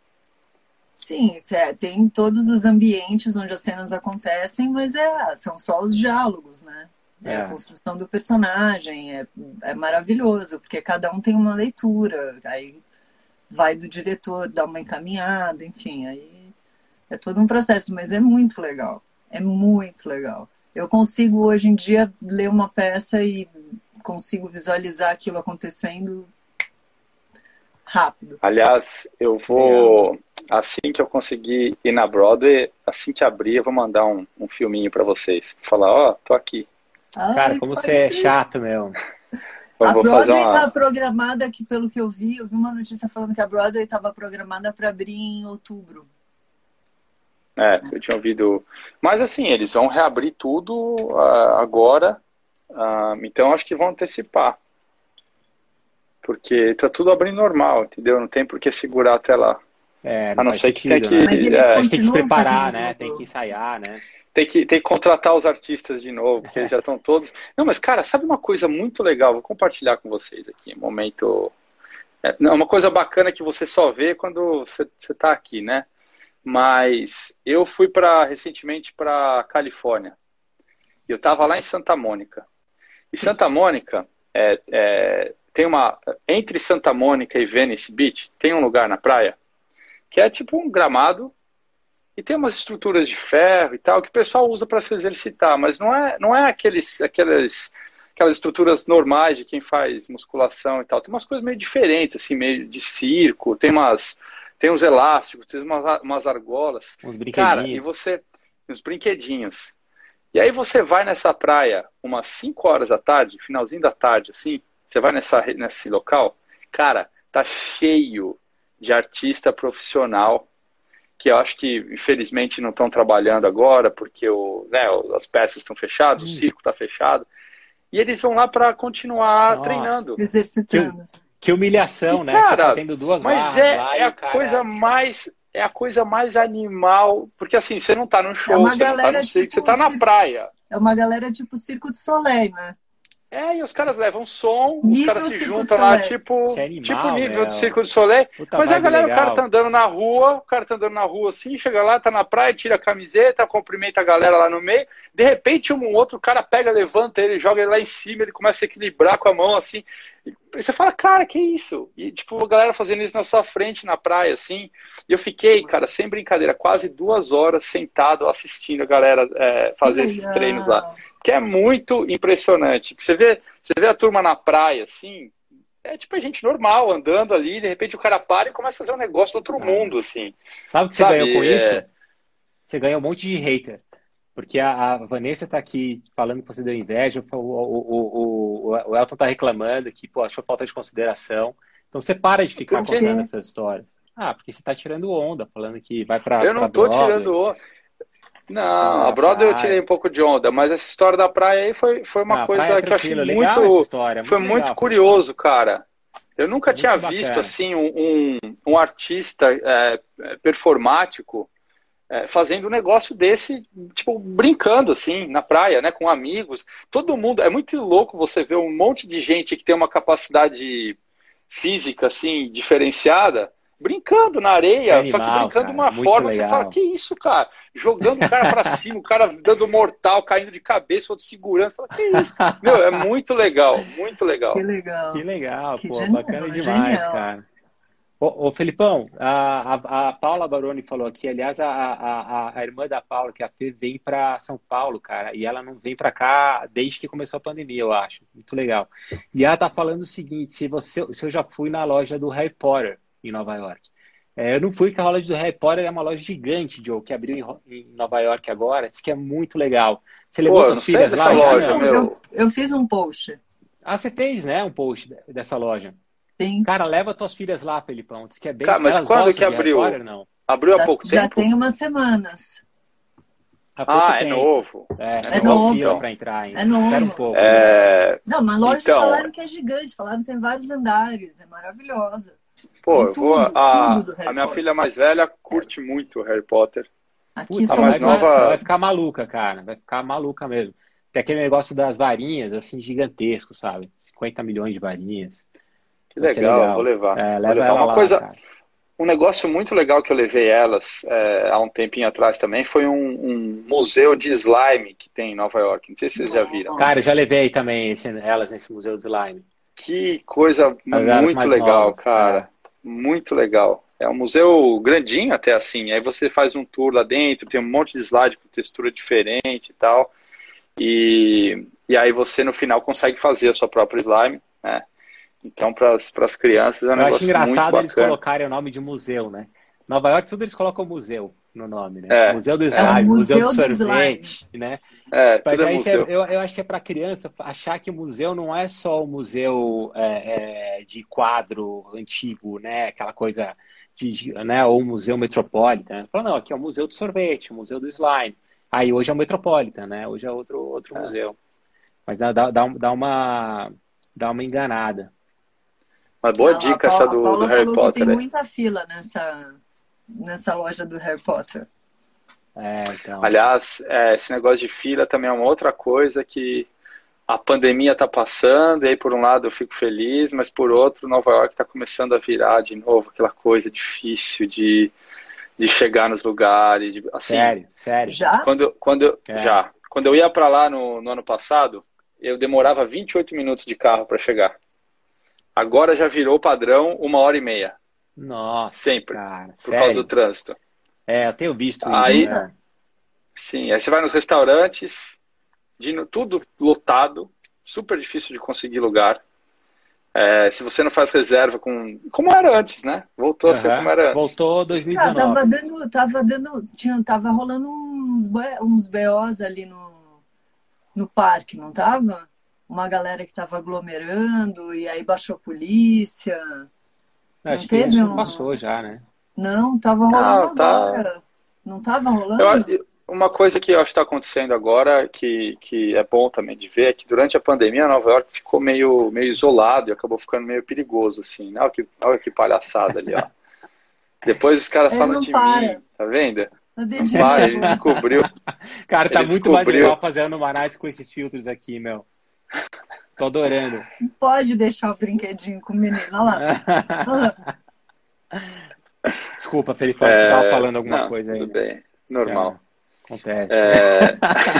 sim, é, tem todos os ambientes onde as cenas acontecem, mas é, são só os diálogos, né? É a É. construção do personagem, é, é maravilhoso, porque cada um tem uma leitura, aí vai do diretor dar uma encaminhada, enfim, aí é todo um processo, mas é muito legal, é muito legal. Eu consigo hoje em dia ler uma peça e consigo visualizar aquilo acontecendo rápido. aliás, eu Legal. vou, assim que eu conseguir ir na Broadway, assim que abrir, eu vou mandar um, um filminho para vocês. Falar, ó, tô aqui. Cara, Ai, como pode você é ser. chato, meu. Eu A vou fazer Broadway está uma... programada, que pelo que eu vi, eu vi uma notícia falando que a Broadway estava programada para abrir em outubro. É, eu tinha ouvido... Mas assim, eles vão reabrir tudo ah, agora, ah, então acho que vão antecipar. Porque tá tudo abrindo normal, entendeu? Não tem por que segurar até lá. É, A não não faz ser que tenha sentido, que... né? Mas eles é, A gente tem que se continuam preparar, né? Tem que fazendo. ensaiar, né? tem que, tem que contratar os artistas de novo, porque eles já estão todos... Não, mas cara, sabe uma coisa muito legal? Vou compartilhar com vocês aqui, um momento... É não, uma coisa bacana que você só vê quando você, você tá aqui, né? Mas eu fui para recentemente para Califórnia. E eu estava lá em Santa Mônica. E Santa Mônica é, é, tem uma... Entre Santa Mônica e Venice Beach, tem um lugar na praia que é tipo um gramado e tem umas estruturas de ferro e tal que o pessoal usa para se exercitar, mas não é, não é aqueles, aquelas, aquelas estruturas normais de quem faz musculação e tal. Tem umas coisas meio diferentes, assim, meio de circo, tem umas, tem uns elásticos, tem umas, umas argolas. Uns Cara, e brinquedinhos. você... Uns brinquedinhos. E aí você vai nessa praia umas cinco horas da tarde, finalzinho da tarde, assim, você vai nessa, nesse local, cara, tá cheio de artista profissional que eu acho que, infelizmente, não estão trabalhando agora, porque o, né, as peças estão fechadas, o Hum, circo está fechado, e eles vão lá para continuar Nossa, treinando. que, Exercitando. que E, humilhação, né? Você cara, fazendo duas mas barras é, lá é e a o cara. coisa mais, é a coisa mais animal, porque assim, você não tá num É show, uma você não tá num galera circo, você tipo tá na cir- praia. é uma galera tipo Circo de Soleil, né? É, e os caras levam som, os caras Nível se Circo de juntam lá, Soleil. tipo, Que tipo animal, nível de meu. Circo de Soleil. Puta Mas a vibe galera, o cara tá legal. andando na rua, o cara tá andando na rua assim, chega lá, tá na praia, tira a camiseta, cumprimenta a galera lá no meio. De repente, um outro cara pega, levanta ele, joga ele lá em cima, ele começa a equilibrar com a mão assim. E você fala, cara, que isso? E tipo, a galera fazendo isso na sua frente, na praia, assim. E eu fiquei, cara, sem brincadeira, quase duas horas sentado assistindo a galera é, Que fazer esses treinos lá. legal. Que é muito impressionante. Você vê, você vê a turma na praia, assim, é tipo a gente normal, andando ali, de repente o cara para e começa a fazer um negócio do outro Ah. mundo, assim. Sabe o que você Sabe, ganhou com é- isso? Você ganhou um monte de hater. Porque a, a Vanessa tá aqui falando que você deu inveja, o, o, o, o, o Elton tá reclamando que, pô, achou falta de consideração. Então você para de ficar Por quê? contando essas histórias. Ah, porque você tá tirando onda, falando que vai pra, Eu pra não tô Broadway, tirando onda. Não, vai a na Broadway eu praia. tirei um pouco de onda, mas essa história da praia aí foi, foi uma Ah, praia é coisa que eu achei tranquilo, legal essa muito, história, foi muito muito legal, curioso, cara. Eu nunca muito tinha bacana. visto assim um, um, um artista é, performático é, fazendo um negócio desse, tipo, brincando assim, na praia, né, com amigos. Todo mundo, é muito louco você ver um monte de gente que tem uma capacidade física assim diferenciada, brincando na Que areia, só que animal, brincando de cara, uma muito forma que você fala, legal. que isso, cara? Jogando o cara pra cima, o cara dando mortal, caindo de cabeça, outro segurando, você fala, que isso? Meu, é muito legal, muito Que legal. Que legal. legal, Que pô, bacana genial, demais, genial. cara. Ô, ô Felipão, a, a, a Paula Baroni falou aqui, aliás, a, a, a, a irmã da Paula, que é a Fê, vem para São Paulo, cara, e ela não vem para cá desde que começou a pandemia, eu acho. Muito legal. E ela tá falando o seguinte, se você, se eu já fui na loja do Harry Potter em Nova York. É, eu não fui, porque a loja do Harry Potter é uma loja gigante, Joe, que abriu em, Ro- em Nova York agora, diz que é muito legal. Você levou Pô, eu não suas sei filhas dessa lá Eu já, fiz loja, não? um, eu, meu. eu fiz um post. Ah, você fez, né, um post de- dessa loja. Sim. Cara, leva tuas filhas lá, Felipão. Diz que é bem. Cara, mas Elas quando que gostam de Harry abriu? Potter, não? Abriu há Já, pouco já tempo? tem umas semanas. Há pouco Ah, é tempo. novo. É, É É ficou novo, novo. fila então. para entrar ainda. É Espera um novo. pouco ainda. É, Não, mas loja então, falaram que é gigante. Falaram que tem vários andares. É maravilhosa. pô, Tem eu vou. tudo, tudo A, do a Harry minha Potter. filha mais velha curte muito o Harry Potter. Aqui Putz, A ela mais vai, somos ficar, nós. ela vai nova, ficar maluca, cara. Vai ficar maluca mesmo. Tem aquele negócio das varinhas, assim, gigantesco, sabe? cinquenta milhões de varinhas. que Vai ser legal, vou legal. levar. É, Vou leva levar. ela Uma lá, coisa, cara. um negócio muito legal que eu levei elas é, há um tempinho atrás também foi um, um museu de slime que tem em Nova York. Não sei se vocês já viram. Cara, eu já Nossa. levei também esse- elas nesse Museu do Slime. Que coisa As elas muito mais legal, novas. É. cara. Muito legal. É um museu grandinho até assim. Aí você faz um tour lá dentro, tem um monte de slide com textura diferente e tal. E, e aí você no final consegue fazer a sua própria slime, né? Então para as crianças é um Eu acho negócio muito engraçado eles bacana. colocarem o nome de museu, né? Nova York, tudo eles colocam museu no nome, né? É, Museu do É o Slime, Museu do Museu do Slime. Sorvete, né? é, Mas tudo é aí cê- museu. eu, eu acho que é para criança achar que o museu não é só o museu é, é, de quadro antigo, né? Aquela coisa de, de- né? Ou o Museu Metropolitan. Fala, não, aqui é o Museu do Sorvete, o Museu do Slime. Aí hoje é o Metropolitan, né? Hoje é outro, outro É. museu. Mas dá, dá, dá um- dá uma, dá uma enganada. Mas boa A, a, dica essa Paula, a do, do Paula Harry falou que tem Potter aí. muita fila nessa, nessa loja do Harry Potter. É, então. Aliás, é, esse negócio de fila também é uma outra coisa que a pandemia está passando, e aí por um lado eu fico feliz, mas por outro, Nova York está começando a virar de novo aquela coisa difícil de, de chegar nos lugares. De, assim, Sério, sério. Já? quando, quando eu, É. já, quando eu ia para lá no, no ano passado, eu demorava vinte e oito minutos de carro para chegar. Agora já virou padrão uma hora e meia, Nossa, sempre, cara, por causa do sério. trânsito. É, eu tenho visto isso, Aí, né? sim, aí você vai nos restaurantes, de, tudo lotado, super difícil de conseguir lugar. É, se você não faz reserva com... Como era antes, né? Voltou a ser Aham. como era antes. Voltou Cara, tava dois mil e dezenove. dando, tava dando, tinha, tava rolando uns, B- uns B Os ali no, no parque, não tava? Uma galera que tava aglomerando e aí baixou a polícia. Não Acho que teve isso um... passou já, né? Não, tava rolando Não, tá... agora. Não tava Eu, rolando? acho- uma coisa que eu acho que está acontecendo agora, que, que é bom também de ver, é que durante a pandemia Nova York ficou meio, meio isolado e acabou ficando meio perigoso, assim, né? Olha que, olha que palhaçada ali, ó. Depois os caras Ele falam não de para. mim, tá vendo? O Não dedinho para, ele nervoso. descobriu, Cara, tá ele muito mais descobriu. legal fazendo uma night com esses filtros aqui, meu. Tô adorando. Não pode deixar o brinquedinho com o menino. Olha lá. Olha lá. Desculpa, Felipão, você tava É, falando alguma não, coisa aí, tudo né? bem, normal. É, acontece. É...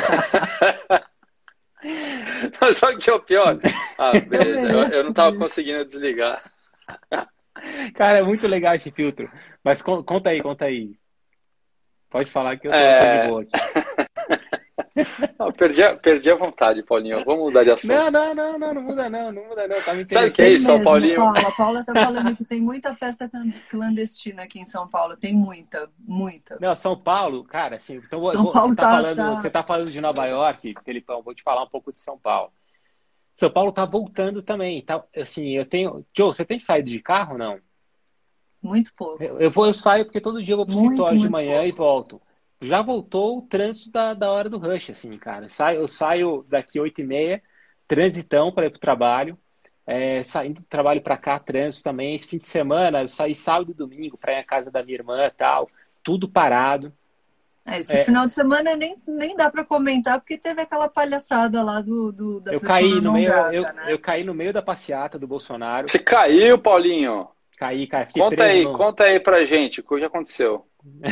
Mas sabe o que é o pior? Ah, beleza, eu, eu não tava mereço conseguindo desligar. Cara, é muito legal esse filtro. Mas con- conta aí, conta aí. Pode falar que eu tô, tô de É... boa aqui. Não, perdi, a, perdi a vontade, Paulinho. Vamos mudar de assunto. Não, não, não, não, não muda não, não muda não. Tá me Sabe o que é isso, São Paulinho? Paula, a Paula tá falando que tem muita festa clandestina aqui em São Paulo. Tem muita, muita. Não, São Paulo, cara, assim, então São vou, Paulo você, tá tá, falando, tá... você tá falando de Nova York, Felipão, vou te falar um pouco de São Paulo. São Paulo tá voltando também. Tá, assim, eu tenho. Joe, você tem saído de carro ou não? Muito pouco. Eu, eu, vou, eu saio porque todo dia eu vou pro Muito, escritório de muito manhã pouco. e volto. Já voltou o trânsito da, da hora do rush, assim, cara. Eu saio, eu saio daqui oito e meia, transitão para ir pro trabalho. É, saindo do trabalho para cá, trânsito também. Esse fim de semana, eu saí sábado e domingo para ir à casa da minha irmã e tal. Tudo parado. É, esse É. final de semana nem, nem dá para comentar, porque teve aquela palhaçada lá do, do da Eu pessoa caí no não meio, grata, eu, né? eu caí no meio da passeata do Bolsonaro. Você caiu, Paulinho? Caí, cara. Fiquei Conta preso aí, no... conta aí pra gente o que aconteceu.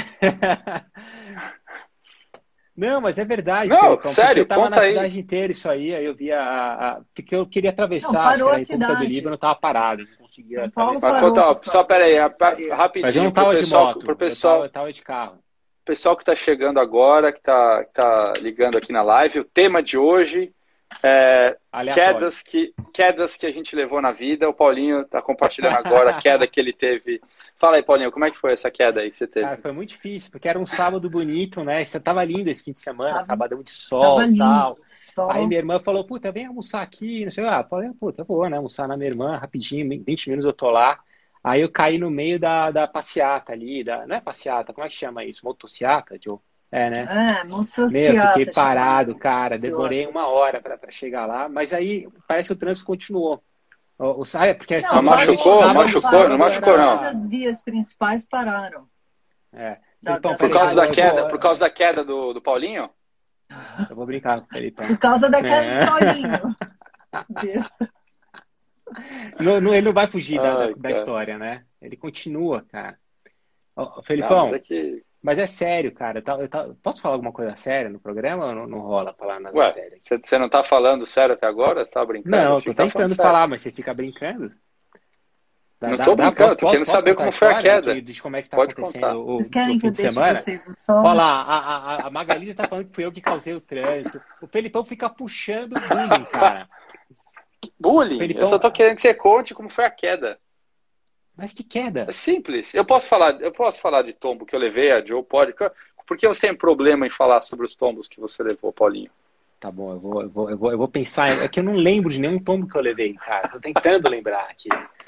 Não, mas é verdade. Não, Felipão, sério, porque tava conta na aí. cidade inteira isso aí, aí eu via a, a... porque eu queria atravessar, Não, acho que parou era a a República do cidade. Líbano, tava parado, não conseguia São Paulo atravessar. Mas parou conta, ó, por só causa pera aí, dessa rap- porcaria. rapidinho, Mas eu não pro tava de pessoal, moto, pro eu pessoal, tava, eu tava de carro. pessoal que está chegando agora, que está tá ligando aqui na live, o tema de hoje é Aleatório. quedas que, quedas que a gente levou na vida. O Paulinho está compartilhando agora a queda que ele teve. Fala aí, Paulinho, como é que foi essa queda aí que você teve? Cara, foi muito difícil, porque era um sábado bonito, né? Você tava lindo esse fim de semana, Tava- sabadão de sol Tava e lindo. tal. Sol. Aí minha irmã falou, puta, vem almoçar aqui, não sei lá. Eu falei, puta, eu vou, né? Almoçar na minha irmã, rapidinho, vinte minutos eu tô lá. Aí eu caí no meio da, da passeata ali, da, não é passeata, como é que chama isso? Motociata, Joe? É, né? É, Meu, motociata. fiquei parado, chamado. cara. Demorei uma hora pra, pra chegar lá, mas aí parece que o trânsito continuou. O, o, sabe, porque Não, sábado- machucou? sábado- Machucou? sábado Não machucou, era- não? Todas as vias principais pararam. É. Da- Felipão, da Por peraí, causa eu da vou- queda, eu por vou- causa da queda do, do Paulinho? Eu vou brincar com o Felipão. Por causa daquela É. do Paulinho. Besta. Não, não, ele não vai fugir da, da- Ai, da cara. história, né? Ele continua, cara. Ó, ó, Não, Felipão, mas é que... mas é sério, cara. Eu tá- eu tá- posso falar alguma coisa séria no programa ou não, não rola falar nada Ué, sério? você você não tá falando sério até agora? Você tá brincando? Não, eu Achei tô que você tava falando tentando sério. falar, mas você fica brincando? Dá- Não dá- tô dá- brincando, posso- tô querendo posso saber contar como foi a história queda. De, de como é que tá Pode acontecendo contar. o, Vocês o querem que fim eu de deixe semana? vocês no sol? Olha lá, a, a, a Magali já tá falando que fui eu que causei o trânsito. O Felipão fica puxando o bullying, cara. Bullying? Felipão- Eu só tô querendo que você conte como foi a queda. Mas que queda. É simples. Eu posso falar, eu posso falar de tombo que eu levei, a Joe pode. Por que você tem problema em falar sobre os tombos que você levou, Paulinho? Tá bom, eu vou, eu vou, eu vou, eu vou pensar. É que eu não lembro de nenhum tombo que eu levei, cara. Tô tentando lembrar aqui.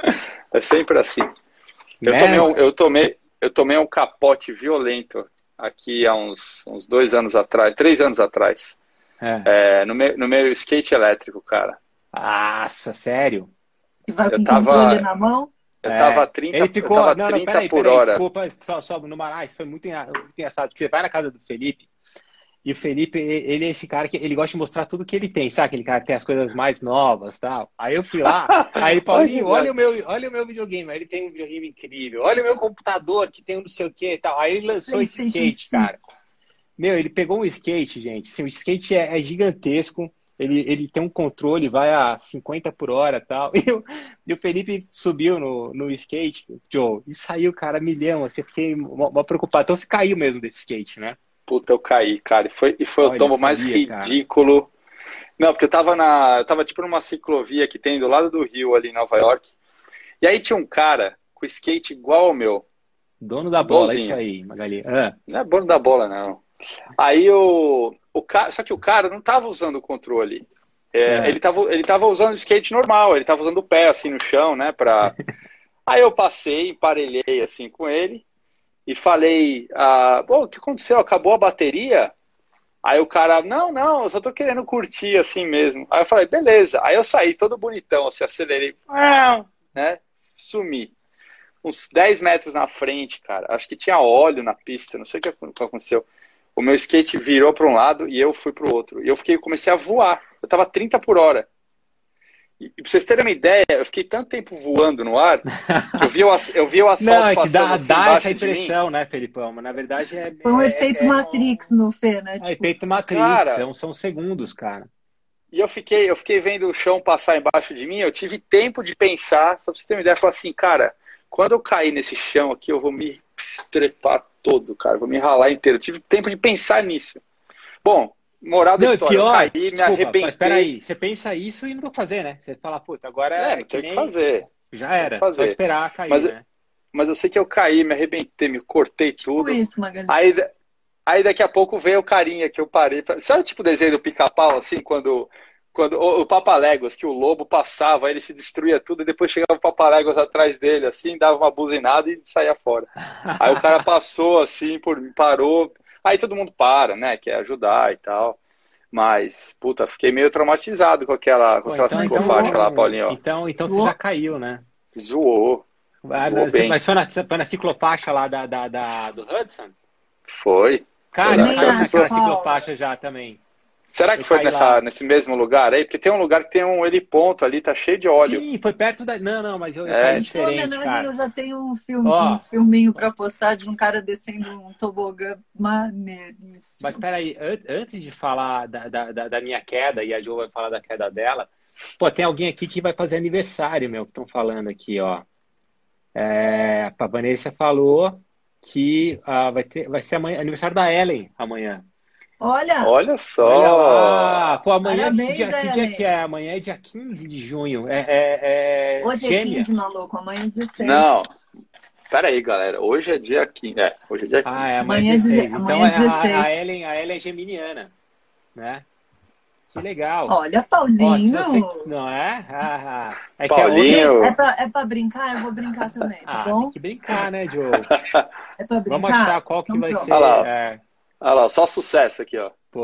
É sempre assim. Eu Né? tomei, um, eu, tomei, eu tomei um capote violento aqui há uns, uns dois anos atrás, três anos atrás, É. é, no, meu, no meu skate elétrico, cara. Nossa, sério? E vai Eu com tava- controle na mão? Eu É. tava a trinta, Ele ficou. eu tava Não, não, trinta peraí, por peraí, hora. desculpa. Só, só no Mará, isso foi muito, engra- muito engraçado. Porque você vai na casa do Felipe. E o Felipe, ele é esse cara que ele gosta de mostrar tudo que ele tem, sabe? Aquele cara que tem as coisas mais novas e tal. Aí eu fui lá, aí ele, Paulinho, Olha, olha o, meu, olha o meu videogame. Aí ele tem um videogame incrível. Olha o meu computador que tem um não sei o que e tal. Aí ele lançou esse PlayStation skate, cinco. cara. Meu, ele pegou um skate, gente. Assim, o skate é, é gigantesco. Ele, ele tem um controle, vai a cinquenta por hora e tal. E o, e o Felipe subiu no, no skate, Joe, e saiu, cara, milhão. Assim, eu fiquei mó, mó preocupado. Então você caiu mesmo desse skate, né? Puta, eu caí, cara. E foi, e foi Olha, o tombo eu mais sabia, cara. ridículo. Não, porque eu tava na. Eu tava tipo numa ciclovia que tem do lado do Rio, ali em Nova York. E aí tinha um cara com skate igual ao meu. Dono da bola, Igualzinho. isso aí, Magali. Ah, Não é dono da bola, não. Aí o, o cara. Só que o cara não tava usando o controle. É, É. Ele, tava, ele tava usando o skate normal, ele tava usando o pé assim no chão, né? Pra... Aí eu passei, emparelhei assim com ele e falei, ah, pô, o que aconteceu? Acabou a bateria? Aí o cara, não, não, eu só tô querendo curtir assim mesmo. Aí eu falei, beleza. Aí eu saí todo bonitão, assim, acelerei, né? Sumi. Uns dez metros na frente, cara. Acho que tinha óleo na pista, não sei o que aconteceu. O meu skate virou para um lado e eu fui para o outro. E eu fiquei, comecei a voar. Eu tava trinta por hora. E, e pra vocês terem uma ideia, eu fiquei tanto tempo voando no ar que eu vi o, as- eu vi o asfalto não, é que passando dá, assim dá embaixo essa de mim. impressão, né, Felipão? Mas na verdade é. Foi um é- efeito é- Matrix no Fê, né? É Tipo, efeito Matrix, Cara. são, são segundos, cara. E eu fiquei, eu fiquei vendo o chão passar embaixo de mim, eu tive tempo de pensar, só pra vocês terem uma ideia, eu falei assim, cara, quando eu cair nesse chão aqui, eu vou me estrepar todo, cara, vou me ralar inteiro. Eu tive tempo de pensar nisso. Bom, moral da Não, história, pior, eu caí, me desculpa, arrebentei. mas peraí, você pensa isso e não tô fazer, né? Você fala, puta, agora É, é não que tem o que nem... fazer. Já era, fazer. só esperar cair, Mas, né? mas eu sei que eu caí, me arrebentei, me cortei Tipo tudo. isso, Magali. Aí, aí daqui a pouco veio o carinha que eu parei. Pra... Sabe tipo o desenho do Pica-Pau, assim, quando, quando o, o Papaléguas, que o lobo passava, aí ele se destruía tudo, e depois chegava o Papaléguas atrás dele, assim, dava uma buzinada e saía fora. Aí o cara passou, assim, por mim, parou. Aí todo mundo para, né, quer ajudar e tal. Mas, puta, fiquei meio traumatizado com aquela, com Pô, aquela então, ciclofaixa então, lá, Paulinho. Ó. então, então você Zoou? já caiu, né? Zoou. Ah, Zoou mas, bem. mas foi na, foi na ciclofaixa lá da, da, da- do Hudson? Foi. Cara, Nem eu caí acho, naquela Paulo. ciclofaixa já também. Será que Eu foi caí nessa, lá. nesse mesmo lugar aí? Porque tem um lugar que tem um heliponto ali, tá cheio de óleo. Sim, foi perto da... Não, não, mas eu, eu É. caí Em sua diferente, homenagem, cara. eu já tenho um, filme, Ó. um filminho pra postar de um cara descendo um tobogã maneiríssimo. Mas peraí, an- antes de falar da, da, da- da minha queda, e a Jo vai falar da queda dela, pô, tem alguém aqui que vai fazer aniversário, meu, que estão falando aqui, ó. É, a Vanessa falou que ah, vai ter, vai ser amanhã, aniversário da Ellen amanhã. Olha, Olha Olha só. lá! Pô, amanhã, que parabéns, dia, que dia Ellen. que é? Amanhã é dia quinze de junho. É, é, é Hoje é gêmea. quinze, maluco, amanhã é dezesseis. Não. Pera aí, galera. Hoje é dia quinze. É, hoje é dia Ah, é quinze. amanhã é Amanhã é dezesseis. deze- Então amanhã é é, a, a dezesseis. Ellen, a Ellen é geminiana, né? Que legal. Olha, Ó, se Paulinho. você... Não é? Ah, é que Paulinho. ontem... Gente, é pra, é pra brincar? Eu vou brincar também, tá Ah, tem bom? que brincar, né, Joe? É pra Vamos brincar? achar qual que Então vai pronto. ser. Olha lá, ó. É, Olha lá, só sucesso aqui, ó. pô.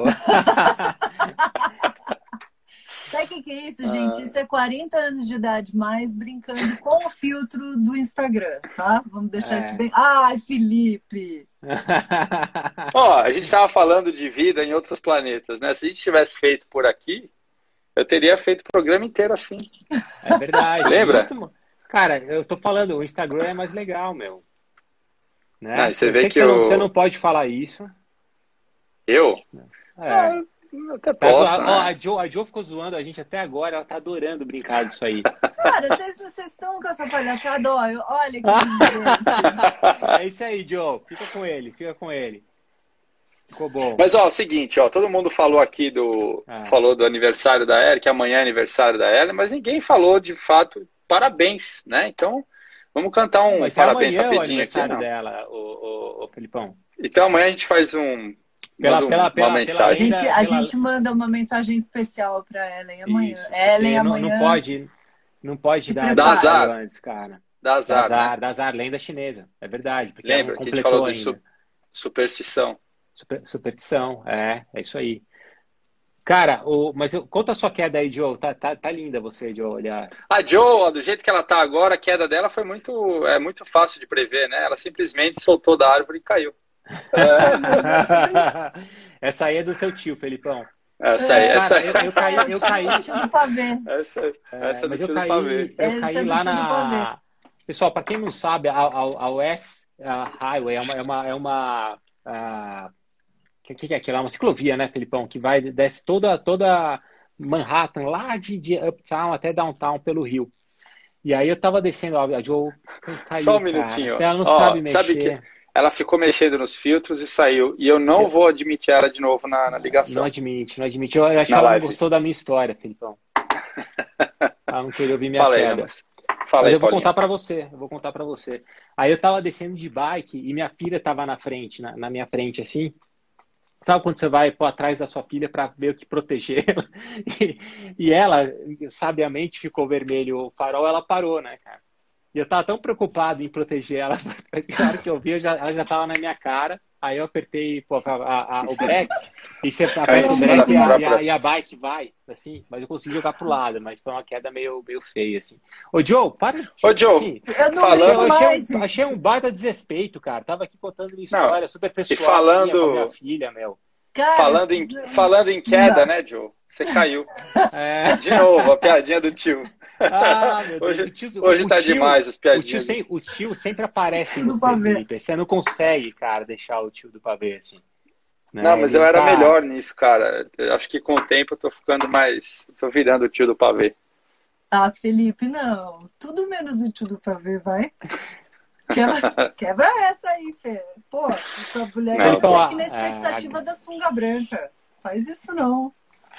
Sabe o que, que é isso, gente? Isso é quarenta anos de idade mais brincando com o filtro do Instagram, tá? Vamos deixar É. isso bem. Ai, Felipe! Ó, a gente tava falando de vida em outros planetas, né? Se a gente tivesse feito por aqui, eu teria feito o programa inteiro assim. É verdade. Lembra? Muito- Cara, eu tô falando, o Instagram é mais legal, meu. Né? Ah, e você Eu vê sei que você, não, o- você não pode falar isso. Eu? É. Ah, eu até Tá, posso, ó, né? a, Jo, a Jo ficou zoando a gente até agora, ela tá adorando brincar disso aí. Cara, vocês vocês estão com essa palhaçada? Ó, eu- olha que lindeza. É isso aí, Joe. Fica com ele, fica com ele. Ficou bom. Mas ó, é o seguinte, ó, todo mundo falou aqui do Ah. falou do aniversário da Ellen, que amanhã é aniversário da Ellen, mas ninguém falou de fato parabéns, né? Então, vamos cantar um Mas é parabéns amanhã o rapidinho aqui, aniversário não? dela, o, o, o Felipão. Então amanhã a gente faz um Pela- manda um- pela- uma pela- A mensagem. pela- gente, a pela- gente manda uma mensagem especial pra Ellen amanhã. Isso, Ellen porque não, amanhã. não pode, não pode Se dar prepara. aniversário Dá azar. antes, cara. Dá Dá azar, azar, né? dá azar, lenda chinesa. É verdade, porque Lembra ela que não a gente completou falou de ainda. su- superstição. Super- superstição, é, é isso aí. Cara, o, mas eu, conta a sua queda aí, Joe. Tá, tá, tá linda você, Joe, aliás. A Jo, ó, do jeito que ela tá agora, a queda dela foi muito, é muito fácil de prever, né? Ela simplesmente soltou da árvore e caiu. Essa aí é do seu tio, Felipão. Essa aí, Cara, essa aí. eu, eu caí, eu caí, Tio do pavê. Essa, é, essa é do mas eu tio do caí, pavê. eu Essa caí é do lá tio do na. pavê. Pessoal, para quem não sabe, a, a, a West Highway é uma, é uma, é uma a, que, que é aquilo? É uma ciclovia, né, Felipão? Que vai, desce toda, toda Manhattan, lá de, de Uptown até Downtown pelo Rio. E aí eu tava descendo, a Joe caiu, Só um minutinho. cara. Ela não Ó, sabe mexer. sabe que ela ficou mexendo nos filtros e saiu. E eu não vou admitir ela de novo na, na ligação. Não admite, não admite. Eu acho que Na ela live. não gostou da minha história, Felipão. Ela não queria ouvir minha Fala aí, queda. mas... Fala Mas aí, eu vou Paulinho. contar pra você, eu vou contar pra você. Aí eu tava descendo de bike e minha filha tava na frente, na, na minha frente, assim. Sabe quando você vai por atrás da sua filha pra meio que proteger ela? E, e ela, sabiamente, ficou vermelho o farol, ela parou, né, cara? E eu tava tão preocupado em proteger ela, mas na hora que eu vi, eu já, ela já tava na minha cara. Aí eu apertei pô, a, a, a, o breque, e você aperta em o cima breque da e a, própria- e, a, e a bike vai, assim, mas eu consegui jogar pro lado, mas foi uma queda meio, meio feia, assim. Ô, Joe, para de... Ô, Joe, assim, Eu não Falando- eu lembro achei, mais, um, gente. achei um baita desrespeito, cara. Tava aqui contando minha história super pessoal falando- minha com a minha filha, meu. Cara, Falando em, falando em queda, né, Joe? Você caiu. É. De novo, a piadinha do tio. Ah, meu Deus. Hoje, o tio, hoje o tá tio- demais as O tio, piadinhas. sem, o tio sempre aparece em Tio do você, pavê. Felipe. Você não consegue, cara, deixar o tio do pavê assim. Né? Não, mas Ele eu era tá- melhor nisso, cara. Eu acho que com o tempo eu tô ficando mais... Tô virando o tio do pavê. Ah, Felipe, não. Tudo menos o tio do pavê, vai. Quebra, quebra essa aí, Fê. Pô, a mulher Não, tá então, aqui na a- expectativa a- da sunga branca. faz isso não.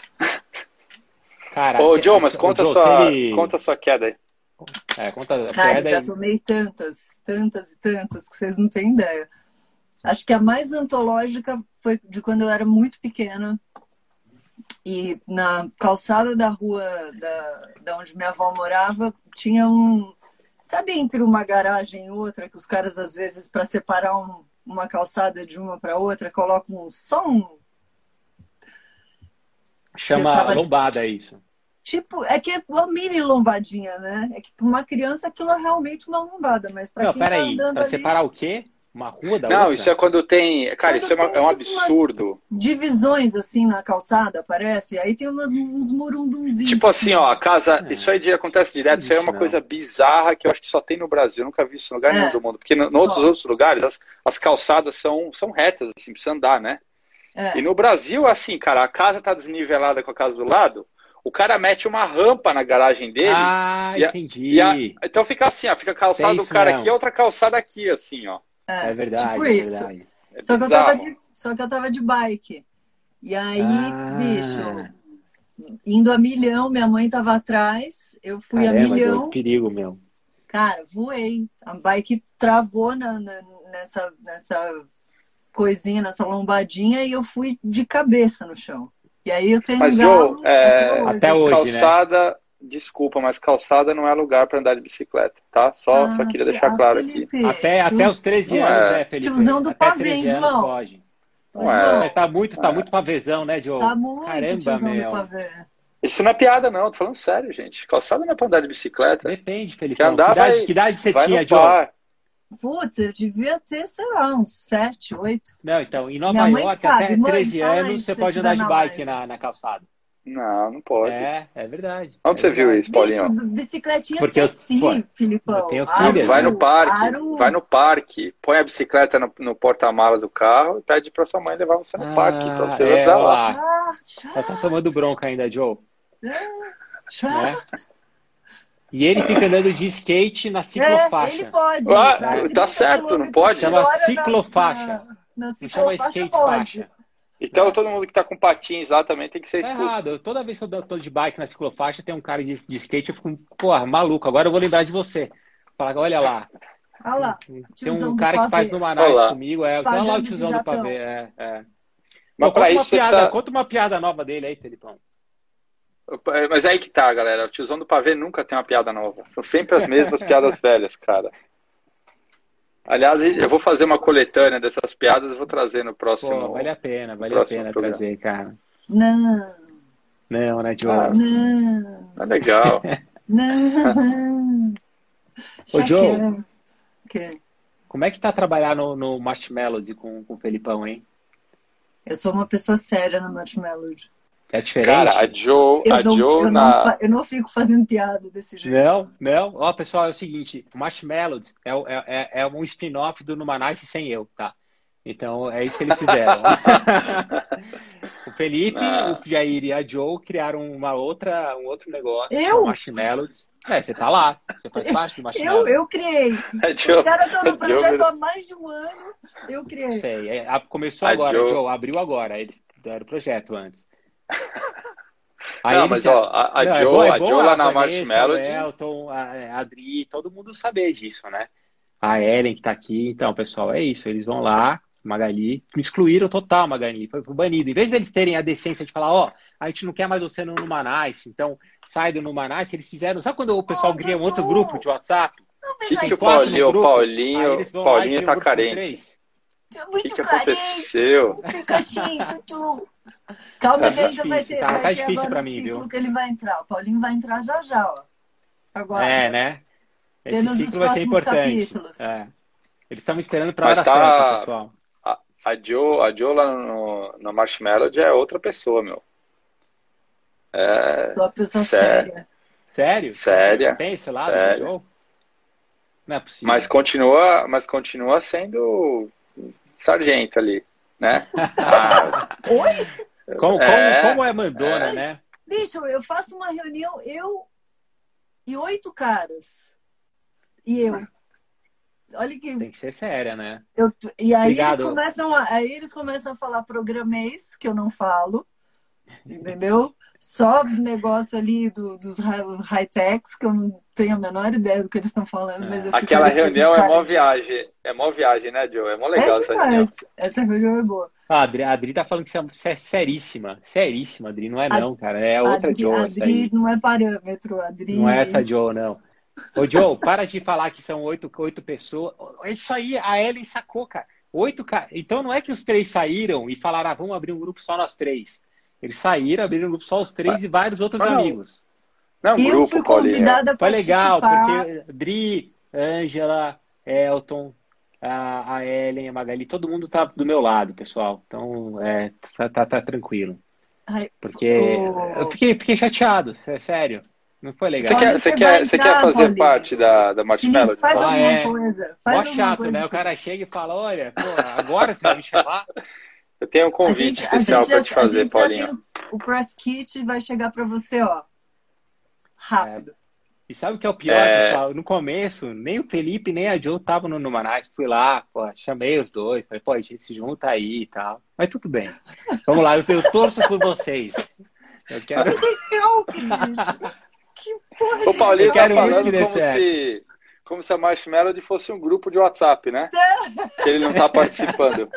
Cara, Ô, se- Joe, a- mas o conta a Joe, sua, se ele- conta a sua queda aí. É, conta a Cara, queda já e- tomei tantas, tantas e tantas que vocês não têm ideia. Acho que a mais antológica foi de quando eu era muito pequena. E na calçada da rua da, da onde minha avó morava, tinha um... Sabe, entre uma garagem e outra, que os caras, às vezes, para separar um- uma calçada de uma para outra, colocam um, só um... chama Eu tava- lombada isso. Tipo, é que é uma mini lombadinha, né? É que para uma criança aquilo é realmente uma lombada, mas para Não, quem tá peraí. andando Pra ali... separar o quê? Uma rua da Não, outra? isso é quando tem. Cara, Quando isso é, uma- tem, é um tipo, umas- absurdo. divisões assim na calçada, parece. E aí tem umas, uns murundunzinhos. Tipo assim, ó, a casa. É. Isso aí de- acontece direto. Isso aí é uma Não. coisa bizarra que eu acho que só tem no Brasil. Eu nunca vi isso em lugar É. nenhum do mundo. Porque no, Só. outros outros lugares as, as calçadas são, são retas, assim, precisa andar, né? É. E no Brasil, assim, cara, a casa tá desnivelada com a casa do lado, o cara mete uma rampa na garagem dele. Ah, e a- entendi. e a- então fica assim, ó, fica a calçada Tem do isso cara mesmo. aqui e outra calçada aqui, assim, ó. É verdade, tipo é isso. verdade. É Só que, eu tava bizarro. de, só que eu tava de bike. E aí, Ah. bicho, indo a milhão, minha mãe tava atrás, eu fui Caramba, a milhão, Joe, perigo, meu. cara, voei. A bike travou na, na- nessa, nessa coisinha, nessa lombadinha, e eu fui de cabeça no chão. E aí eu tenho Mas, um Joe, galo é, até hoje, calçada, desculpa, mas calçada não é lugar para andar de bicicleta, tá? Só, Ah, só queria deixar ah, claro aqui. Felipe, Até, tio- até os treze Não anos, é. né, Felipe? Tiozão do Até pavê, treze anos João. pode. Não é. Mas tá muito, tá muito pavezão, né, Joe? Tá muito Caramba, tiozão do meu. pavê. Isso não é piada, não. Tô falando sério, gente. Calçada não é pra andar de bicicleta. Depende, Felipe. Quer andar, que, idade, vai- que idade você Vai tinha, no Joe? par. Putz, eu devia ter, sei lá, uns sete, oito. Não, então, em Nova Minha mãe York, sabe, até mãe, treze fala aí anos, se você você pode andar tiver de na bike live. na, na calçada. Não, não pode. É, é verdade. Onde é você viu verdade. isso, Paulinho? Bicho, bicicletinha Porque eu- assim, pô, Filipão. eu tenho Aro, filha, Vai no parque, aro. vai no parque, põe a bicicleta no, no porta-malas do carro e pede pra sua mãe levar você no parque, pra você é, andar olha lá. lá. Ah, Ela tá tomando bronca ainda, Joe. chato. Né? E ele fica andando de skate na É, ciclofaixa. ele pode. Ah, Dá tá trinta certo, não quilômetros pode? por Chama hora na- ciclofaixa. Na, na Não chama ciclofaixa skate pode. faixa. Então todo mundo que tá com patins lá também tem que ser Tá expulso. errado. Toda vez que eu tô de bike na ciclofaixa, tem um cara de, de skate, eu fico, porra, maluco. Agora eu vou lembrar de você. Falar, olha lá. Olha lá, Tem tiozão um do cara que pavê. faz no Manaus Olá. comigo. É, olha Pagando lá o de tiozão do gatão. pavê. É, é. Mas Pô, pra conta, isso uma você piada, precisa... conta uma piada nova dele aí, Felipão. Mas aí que tá, galera. O tiozão do pavê nunca tem uma piada nova. São sempre as mesmas piadas velhas, cara. Aliás, eu vou fazer uma coletânea dessas piadas e vou trazer no próximo. Pô, vale a pena, vale a próximo pena programa. trazer, cara. Não, Não, né, Joe? Ah. não, É legal. não. Ô, Já Joe. quero. Que? Como é que tá trabalhar no, no Marshmallows com, com o Felipão, hein? Eu sou uma pessoa séria no Marshmallow. É diferente? Cara, a Joe, Eu a não, Joe eu, na. não, fa- eu não fico fazendo piada desse jeito. Não, não. Ó, pessoal, é o seguinte, o Marshmallows é, o- é, é- é um spin-off do Numanice sem eu, tá? Então, é isso que eles fizeram. O Felipe, Ah. o Jair e a Joe criaram uma outra, um outro negócio, Eu? o Marshmallows. É, você tá lá, você faz parte do Eu, Marshmallows. eu criei. A Joe, Os caras estão no a Joe- projeto há mais de um ano. Eu Não criei. sei, é, a- começou A agora, Joe- Joe, abriu agora, eles deram o projeto antes. Aí Não, eles mas já- ó, a, a Não, é Joe, bom- é a bom Joe lá na Vanessa, Marshmallow. o Elton, a a Adri, todo mundo saber disso, né? A Ellen que tá aqui. Então, pessoal, é isso. Eles vão lá, Magali, me excluíram total, Magali, foi, foi banido. Em vez deles terem a decência de falar, ó, a gente não quer mais você no Numanice, então sai do Numanice, eles fizeram. Sabe quando o pessoal Oh, cria um Dudu! outro grupo de WhatsApp? Não O vem que, mais que o quatro no Paulinho, o grupo, aí Paulinho, eles vão lá e Paulinho criam um tá grupo com carente? três. Tu é O muito que, que carente. aconteceu? Fica assim, Tutu. Calma, Tá ele ainda vai difícil, ter, tá- vai tá ter difícil agora pra o mim, ciclo viu? que ele vai entrar. O Paulinho vai entrar já já, ó. Agora. É, né? Esse Temos os ciclo vai ser próximos importante. capítulos. É. Eles estão me esperando pra Mas hora tá- certa, pessoal. A, a Joe, a Joe lá no, no Marshmallow é outra pessoa, meu. É, Sou uma pessoa Sério. séria. Sério? Séria. Tem esse lado Sério. do Joe? Não é possível. mas continua, mas continua sendo sargento ali, né? Ah, Oi? Como, como, É, como é mandona, né? Bicho, eu faço uma reunião, eu e oito caras. E eu. Olha que. Tem que ser séria, né? Eu, e aí Obrigado. eles, começam a, aí eles começam a falar programês, que eu não falo, entendeu? Só negócio ali do, dos high-techs, que eu não tenho a menor ideia do que eles estão falando, mas eu fico Aquela ali com reunião é cara mó de- viagem. É mó viagem, né, Joe? É mó legal É essa reunião. demais. Essa reunião é boa. Ah, a Adri, a Adri tá falando que você é seríssima. Seríssima, Adri. Não é A- não, cara. É A outra Adri, Joe a essa Adri aí. não é parâmetro, a Adri. Não é essa Joe, não. Ô, Joe, para de falar que são oito, oito pessoas. É isso aí, a Ellen sacou, cara. Oito, ca- Então não é que os três saíram e falaram, ah, vamos abrir um grupo só nós três. Eles saíram, abriram um grupo só os três e vários outros Mas não. amigos. Não é um Eu grupo, fui Paulinho. convidada Foi para legal, participar. porque Dri, Ângela, Elton, a, a Ellen, a Magali, todo mundo tá do meu lado, pessoal. Então, é, tá, tá, tá tranquilo. Ai, Porque o- eu fiquei, fiquei chateado, é sério. Não foi legal. Você quer, Paulinho, você você quer, vai você entrar, quer fazer Paulinho? parte da, da Marshmallow? Felipe, faz Ah, alguma é. coisa. Mó Faz alguma chato, coisa. né? O cara chega e fala, olha, pô, agora você vai me chamar? Eu tenho um A convite gente, a especial gente para já, te a fazer, gente já Paulinho. tem o, o press kit, vai chegar para você, ó. Rápido. E sabe o que é o pior, É. pessoal? No começo, nem o Felipe nem a Joe estavam no Numanais. Fui lá, pô, chamei os dois. Falei, pô, a gente se junta aí e tal. Mas tudo bem. Vamos lá, eu, eu torço por vocês. Eu quero... Legal, querido. Que porra O Paulinho Eu tá quero muito falando que dê como certo. se, como se a Marshmallow fosse um grupo de WhatsApp, né? Que ele não tá participando.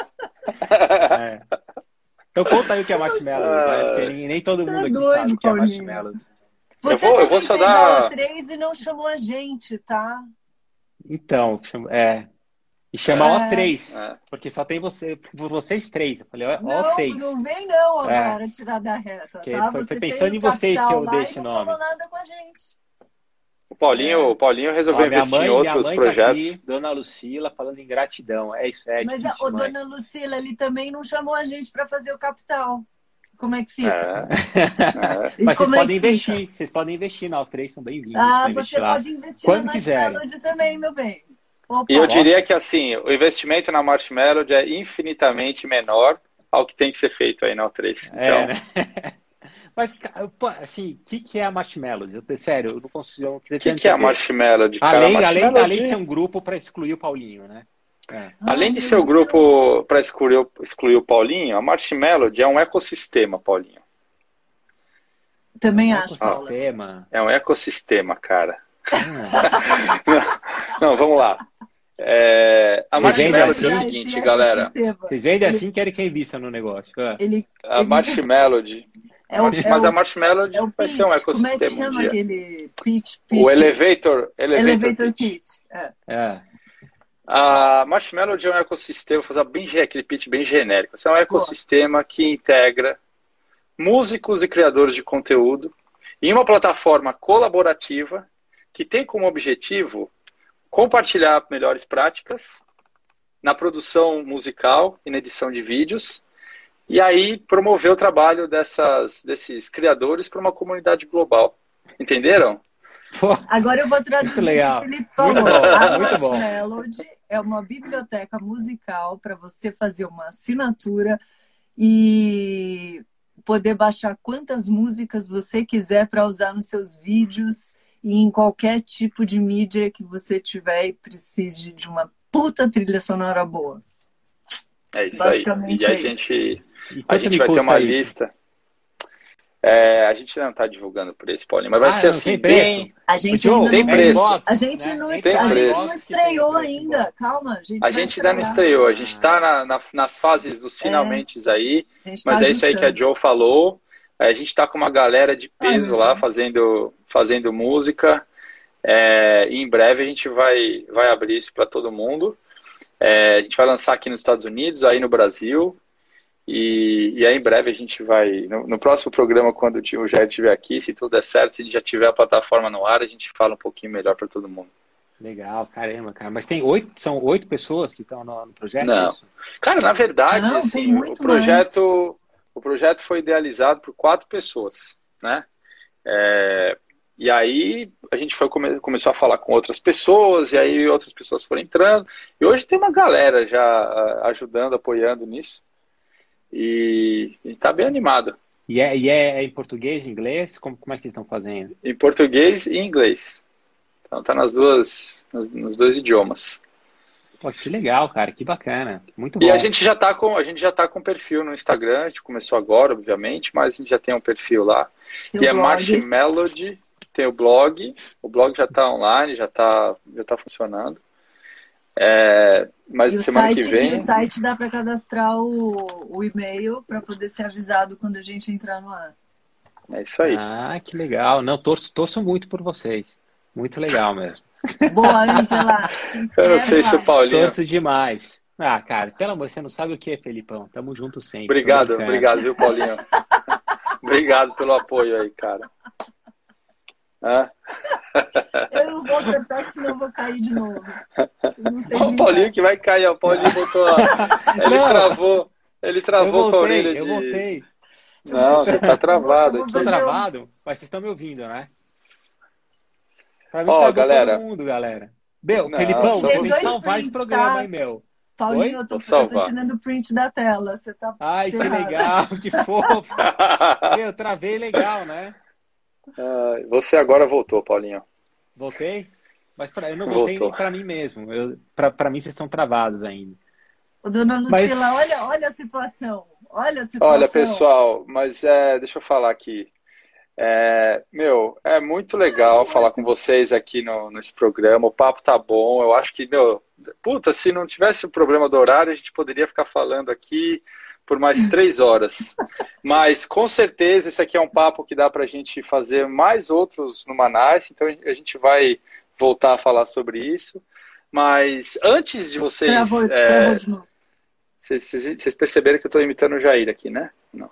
É. Então conta aí o que é marshmallow, né? Porque nem, nem todo mundo Tá aqui doido, sabe o que é Paulinho. marshmallow. Você Eu vou- eu também vou só fez dar- a O três e não chamou a gente, tá? Então, chama- é. E chama É. O três, É. porque só tem você, por vocês três. Eu falei, ó, Não, O três. não vem não É. agora tirar da reta, Que tá? foi- Você foi fez pensando o em vocês capital que eu lá dei e esse não nome. falou nada com a gente. O Paulinho, É. o Paulinho resolveu Ó, minha investir mãe, em minha outros mãe projetos. tá aqui, Dona Lucila, falando em gratidão. É isso, é Mas a difícil, ô, mãe. dona Lucila, ele também não chamou a gente para fazer o capital. Como é que fica? É, é. E Mas vocês como é podem que investir, fica? vocês podem investir na O três, são bem-vindos Ah, para você investir lá. pode investir Quando na quiserem. Marshmallow também, meu bem. Opa, E eu Posso? diria que assim, o investimento na Marshmallow é infinitamente menor ao que tem que ser feito aí na O três. Então, É, né? Mas, ca- pô, assim, o que, que é a Marshmallow? Eu, sério, eu não consigo. Eu o que, que é a Marshmallow? De cara, Além, a além, Marshmallow além de de- ser um grupo para excluir o Paulinho, né? É. Além Ai, de meu ser o Deus. grupo para excluir, o- excluir o Paulinho, a Marshmallow é um ecossistema, Paulinho. Também Um acho, Paula. ecossistema. É um ecossistema, cara. Ah, Não, vamos lá. É, a Você vende Marshmallow é o assim? seguinte, galera. vocês vendem assim e querem que invista no negócio. Ah. Ele, A ele- Marshmallow, é o, é mas o, a Marshmallow é o vai pitch. ser um Como é que ecossistema um chama dia. aquele pitch? pitch O elevator, elevator, elevator pitch. pitch. É. É. A Marshmallow é um ecossistema, vou fazer bem, ge- aquele pitch bem genérico. Esse é um ecossistema que integra músicos e criadores de conteúdo em uma plataforma colaborativa que tem como objetivo compartilhar melhores práticas na produção musical e na edição de vídeos e aí promover o trabalho dessas, desses criadores para uma comunidade global. Entenderam? Pô, Agora eu vou traduzir Muito legal. o que o Felipe falou. Muito bom, A muito bom. Marshmallow é uma biblioteca musical para você fazer uma assinatura e poder baixar quantas músicas você quiser para usar nos seus vídeos e em qualquer tipo de mídia que você tiver e precise de uma puta trilha sonora boa. É isso aí. Basicamente E a é isso. gente, E a quanto gente me vai ter custa uma isso? lista. É, a gente não está divulgando o preço, Paulinho, mas vai Ah, ser não assim, tem preço? bem. A gente Joe, ainda tem não, preço. inbox, a gente né? não, Entra Tem a gente preço. não inbox que tem estreou o preço ainda. inbox. Calma, a gente A vai gente ainda não estrear. estreou, a gente está na, na- nas fases dos finalmente aí, A gente mas tá é isso aí que a ajustando. Joe falou. A gente está com uma galera de peso Ai, lá meu fazendo, fazendo música. É, e em breve a gente vai, vai abrir isso para todo mundo. É, a gente vai lançar aqui nos Estados Unidos, aí no Brasil. E, e aí em breve a gente vai, no, no próximo programa, quando o tio Jair estiver aqui, se tudo der certo, se ele já tiver a plataforma no ar, a gente fala um pouquinho melhor para todo mundo. Legal, caramba, cara. Mas tem oito, são oito pessoas que estão no, no projeto? Não. é isso? Cara, na verdade, Não, tem assim, muito o projeto, o projeto foi idealizado por quatro pessoas, né? É, e aí a gente foi, come, começou a falar com outras pessoas, e aí outras pessoas foram entrando. E hoje tem uma galera já ah, ajudando, apoiando nisso. E está bem animado. E é, e é em português, inglês? Como, como é que vocês estão fazendo? Em português e inglês. Então tá nas duas, nos, nos dois idiomas. Pô, que legal, cara, que bacana. Muito bom. E a gente já tá com, a gente já tá com perfil no Instagram, a gente começou agora, obviamente, mas a gente já tem um perfil lá. Tem e o é blog. Marshmelody, tem o blog, o blog já tá online, já tá, já tá funcionando. É, mas E o semana site, que vem. e o site dá para cadastrar o, o e-mail para poder ser avisado quando a gente entrar no ar. É isso aí. Ah, que legal. Não, torço, torço muito por vocês. Muito legal mesmo. Boa, Ângela. Se Eu inscreve não sei se lá. o Paulinho. Torço demais. Ah, cara, pelo amor, você não sabe o que é, Felipão. Tamo junto sempre. Tô Obrigado, brincando. obrigado, viu, Paulinho? Obrigado pelo apoio aí, cara. Hã? Eu não vou cantar, que senão eu vou cair de novo. Eu não sei O brincar. Paulinho que vai cair, ó. O Paulinho botou. ó, Ele Não. travou. Ele Eu travou com a voltei, orelha de. eu voltei. Não, você tá travado Eu vou Tô aqui. fazer um- travado, mas vocês estão me ouvindo, né? Pra mim, Ó, travou galera. todo mundo, galera. Meu, Não, Felipão, só você tem vou- que dois salvar esse prints, programa, tá? hein, meu? Paulinho, Oi? eu tô, Vou eu tô salvar. tirando print da tela. Você tá Ai, que ferrado. legal, que fofo. Meu, travei legal, né? Ai, Você agora voltou, Paulinho. Voltei? Mas pra, eu não voltei Voltou. nem pra mim mesmo. Eu, pra, pra mim, vocês estão travados ainda. Ô, dona Lucila, Mas- olha, olha a situação. Olha a situação. Olha, pessoal, mas é, deixa eu falar aqui. É, meu, é muito legal falar com vocês aqui no, nesse programa. O papo tá bom. Eu acho que, meu, puta, se não tivesse o problema do horário, a gente poderia ficar falando aqui por mais três horas. Mas, com certeza, esse aqui é um papo que dá pra gente fazer mais outros no Manice. Então, a gente vai voltar a falar sobre isso. Mas, antes de vocês... Travou, é, travou de novo. Vocês, vocês- vocês perceberam que eu estou imitando o Jair aqui, né? Não.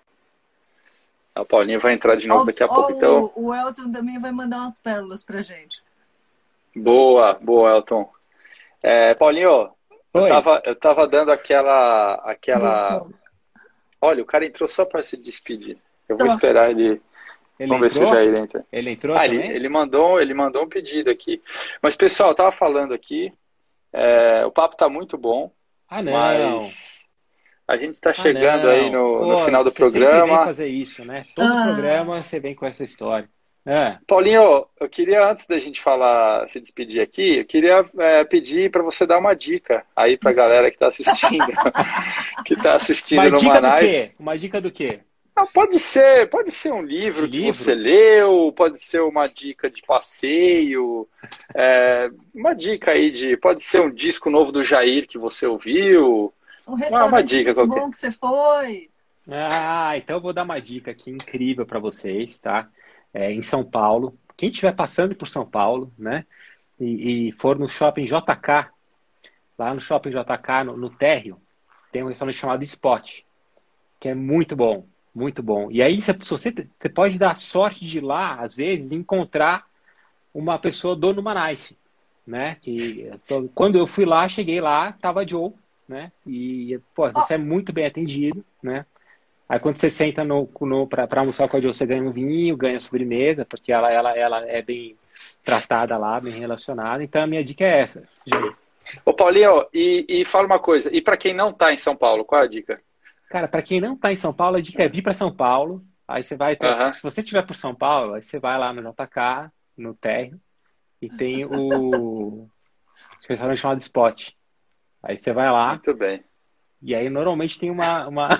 O Paulinho vai entrar de novo Ó, daqui a ó, pouco, então. O, o Elton também vai mandar umas pérolas pra gente. Boa, boa, Elton. É, Paulinho, eu Oi. tava, eu tava dando aquela, aquela... Boa. Olha, o cara entrou só para se despedir. Eu vou Tá. esperar ele... Ele Vamos ver se o entrou? Jair entra. Ele entrou Ah, ele, também? ele, mandou, ele mandou um pedido aqui. Mas, pessoal, eu tava falando aqui, é, o papo tá muito bom, Ah, não. mas a gente tá Ah, chegando não. aí no, no Pô, final do você sempre vem programa. fazer isso, né? Todo Ah. programa você vem com essa história. É. Paulinho, eu queria, antes da gente falar, se despedir aqui, eu queria é, pedir para você dar uma dica aí para a galera que está assistindo, que está assistindo Uma no dica do Manice. quê? Uma dica do quê? Ah, pode ser, pode ser um livro De que livro? você leu, pode ser uma dica de passeio, é, uma dica aí de, pode ser um disco novo do Jair que você ouviu. Um restaurante uma dica muito qualquer. bom que você foi. Ah, então eu vou dar uma dica aqui incrível para vocês, tá? É, em São Paulo. Quem estiver passando por São Paulo, né? E, e for no Shopping J K, lá no Shopping J K, no, no térreo, tem um restaurante chamado Spot, que é muito bom, muito bom. E aí, se você, você pode dar a sorte de ir lá, às vezes, encontrar uma pessoa do Numanice, né? Que, quando eu fui lá, cheguei lá, tava Joe, né? E, pô, você é muito bem atendido, né? Aí quando você senta no, no, para almoçar com a Jo, você ganha um vinho, ganha sobremesa, porque ela, ela, ela é bem tratada lá, bem relacionada. Então a minha dica é essa, Jair. Ô Paulinho, e, e fala uma coisa, e para quem não está em São Paulo, qual é a dica? Cara, para quem não tá em São Paulo, a dica é vir para São Paulo. Aí você vai, Uhum. se você estiver por São Paulo, aí você vai lá no J K, no térreo, e tem o restaurante chamado Spot. Aí você vai lá, Muito bem. e aí normalmente tem uma... uma...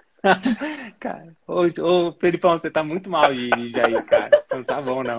Cara, ô, ô Felipão, você tá muito mal de, de Jair, cara. Não tá bom, não.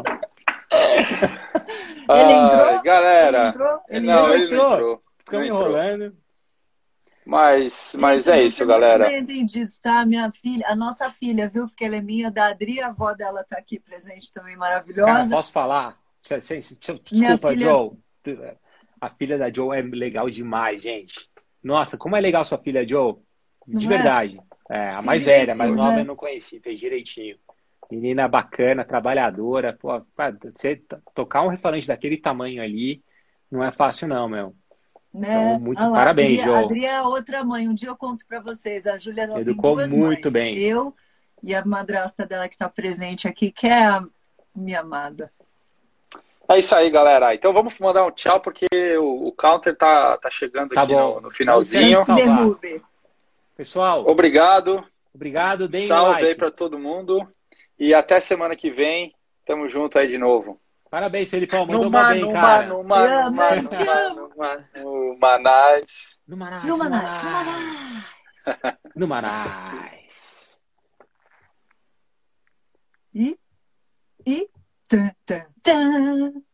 Ele entrou? Ai, galera, Ele entrou? Ele não, entrou? ele não entrou. Ficamos Não entrou. enrolando. Mas, mas Gente, é vocês isso, são galera. Muito bem entendidos, tá? Minha filha, a nossa filha, viu? Porque ela é minha, da Adri, a avó dela tá aqui presente também, maravilhosa. Cara, posso falar? Sem- sem- sem- Minha Desculpa, filha- Joe. A filha da Joe é legal demais, gente. Nossa, como é legal sua filha, Joe. De Não é? verdade. É, a Fez mais velha, a mais direitinho, nova né? eu não conheci, fez direitinho. Menina bacana, trabalhadora. Pô, pá, você t- tocar um restaurante daquele tamanho ali não é fácil, não, meu. Né? Então, muito Olha lá, parabéns, a Jo. Adri, a Adri é a outra mãe. Um dia eu conto pra vocês. A Júlia ela tem Educou duas muito mães. bem. Eu e a madrasta dela que tá presente aqui, que é a minha amada. É isso aí, galera. Então vamos mandar um tchau, porque o, o counter tá, tá chegando Tá aqui bom. no, no finalzinho. Vamos salvar. Derrube. Pessoal, Obrigado. obrigado, deem Salve like. aí pra todo mundo. E até semana que vem. Tamo junto aí de novo. Parabéns, Felipão. Mandou Numa, mal bem, numa, cara. numa, Eu numa, amo, numa, te amo. numa. No Manais. No Manais. No No Manais, no Manais. Manais. No Manais. E, e, tan, tan, tan.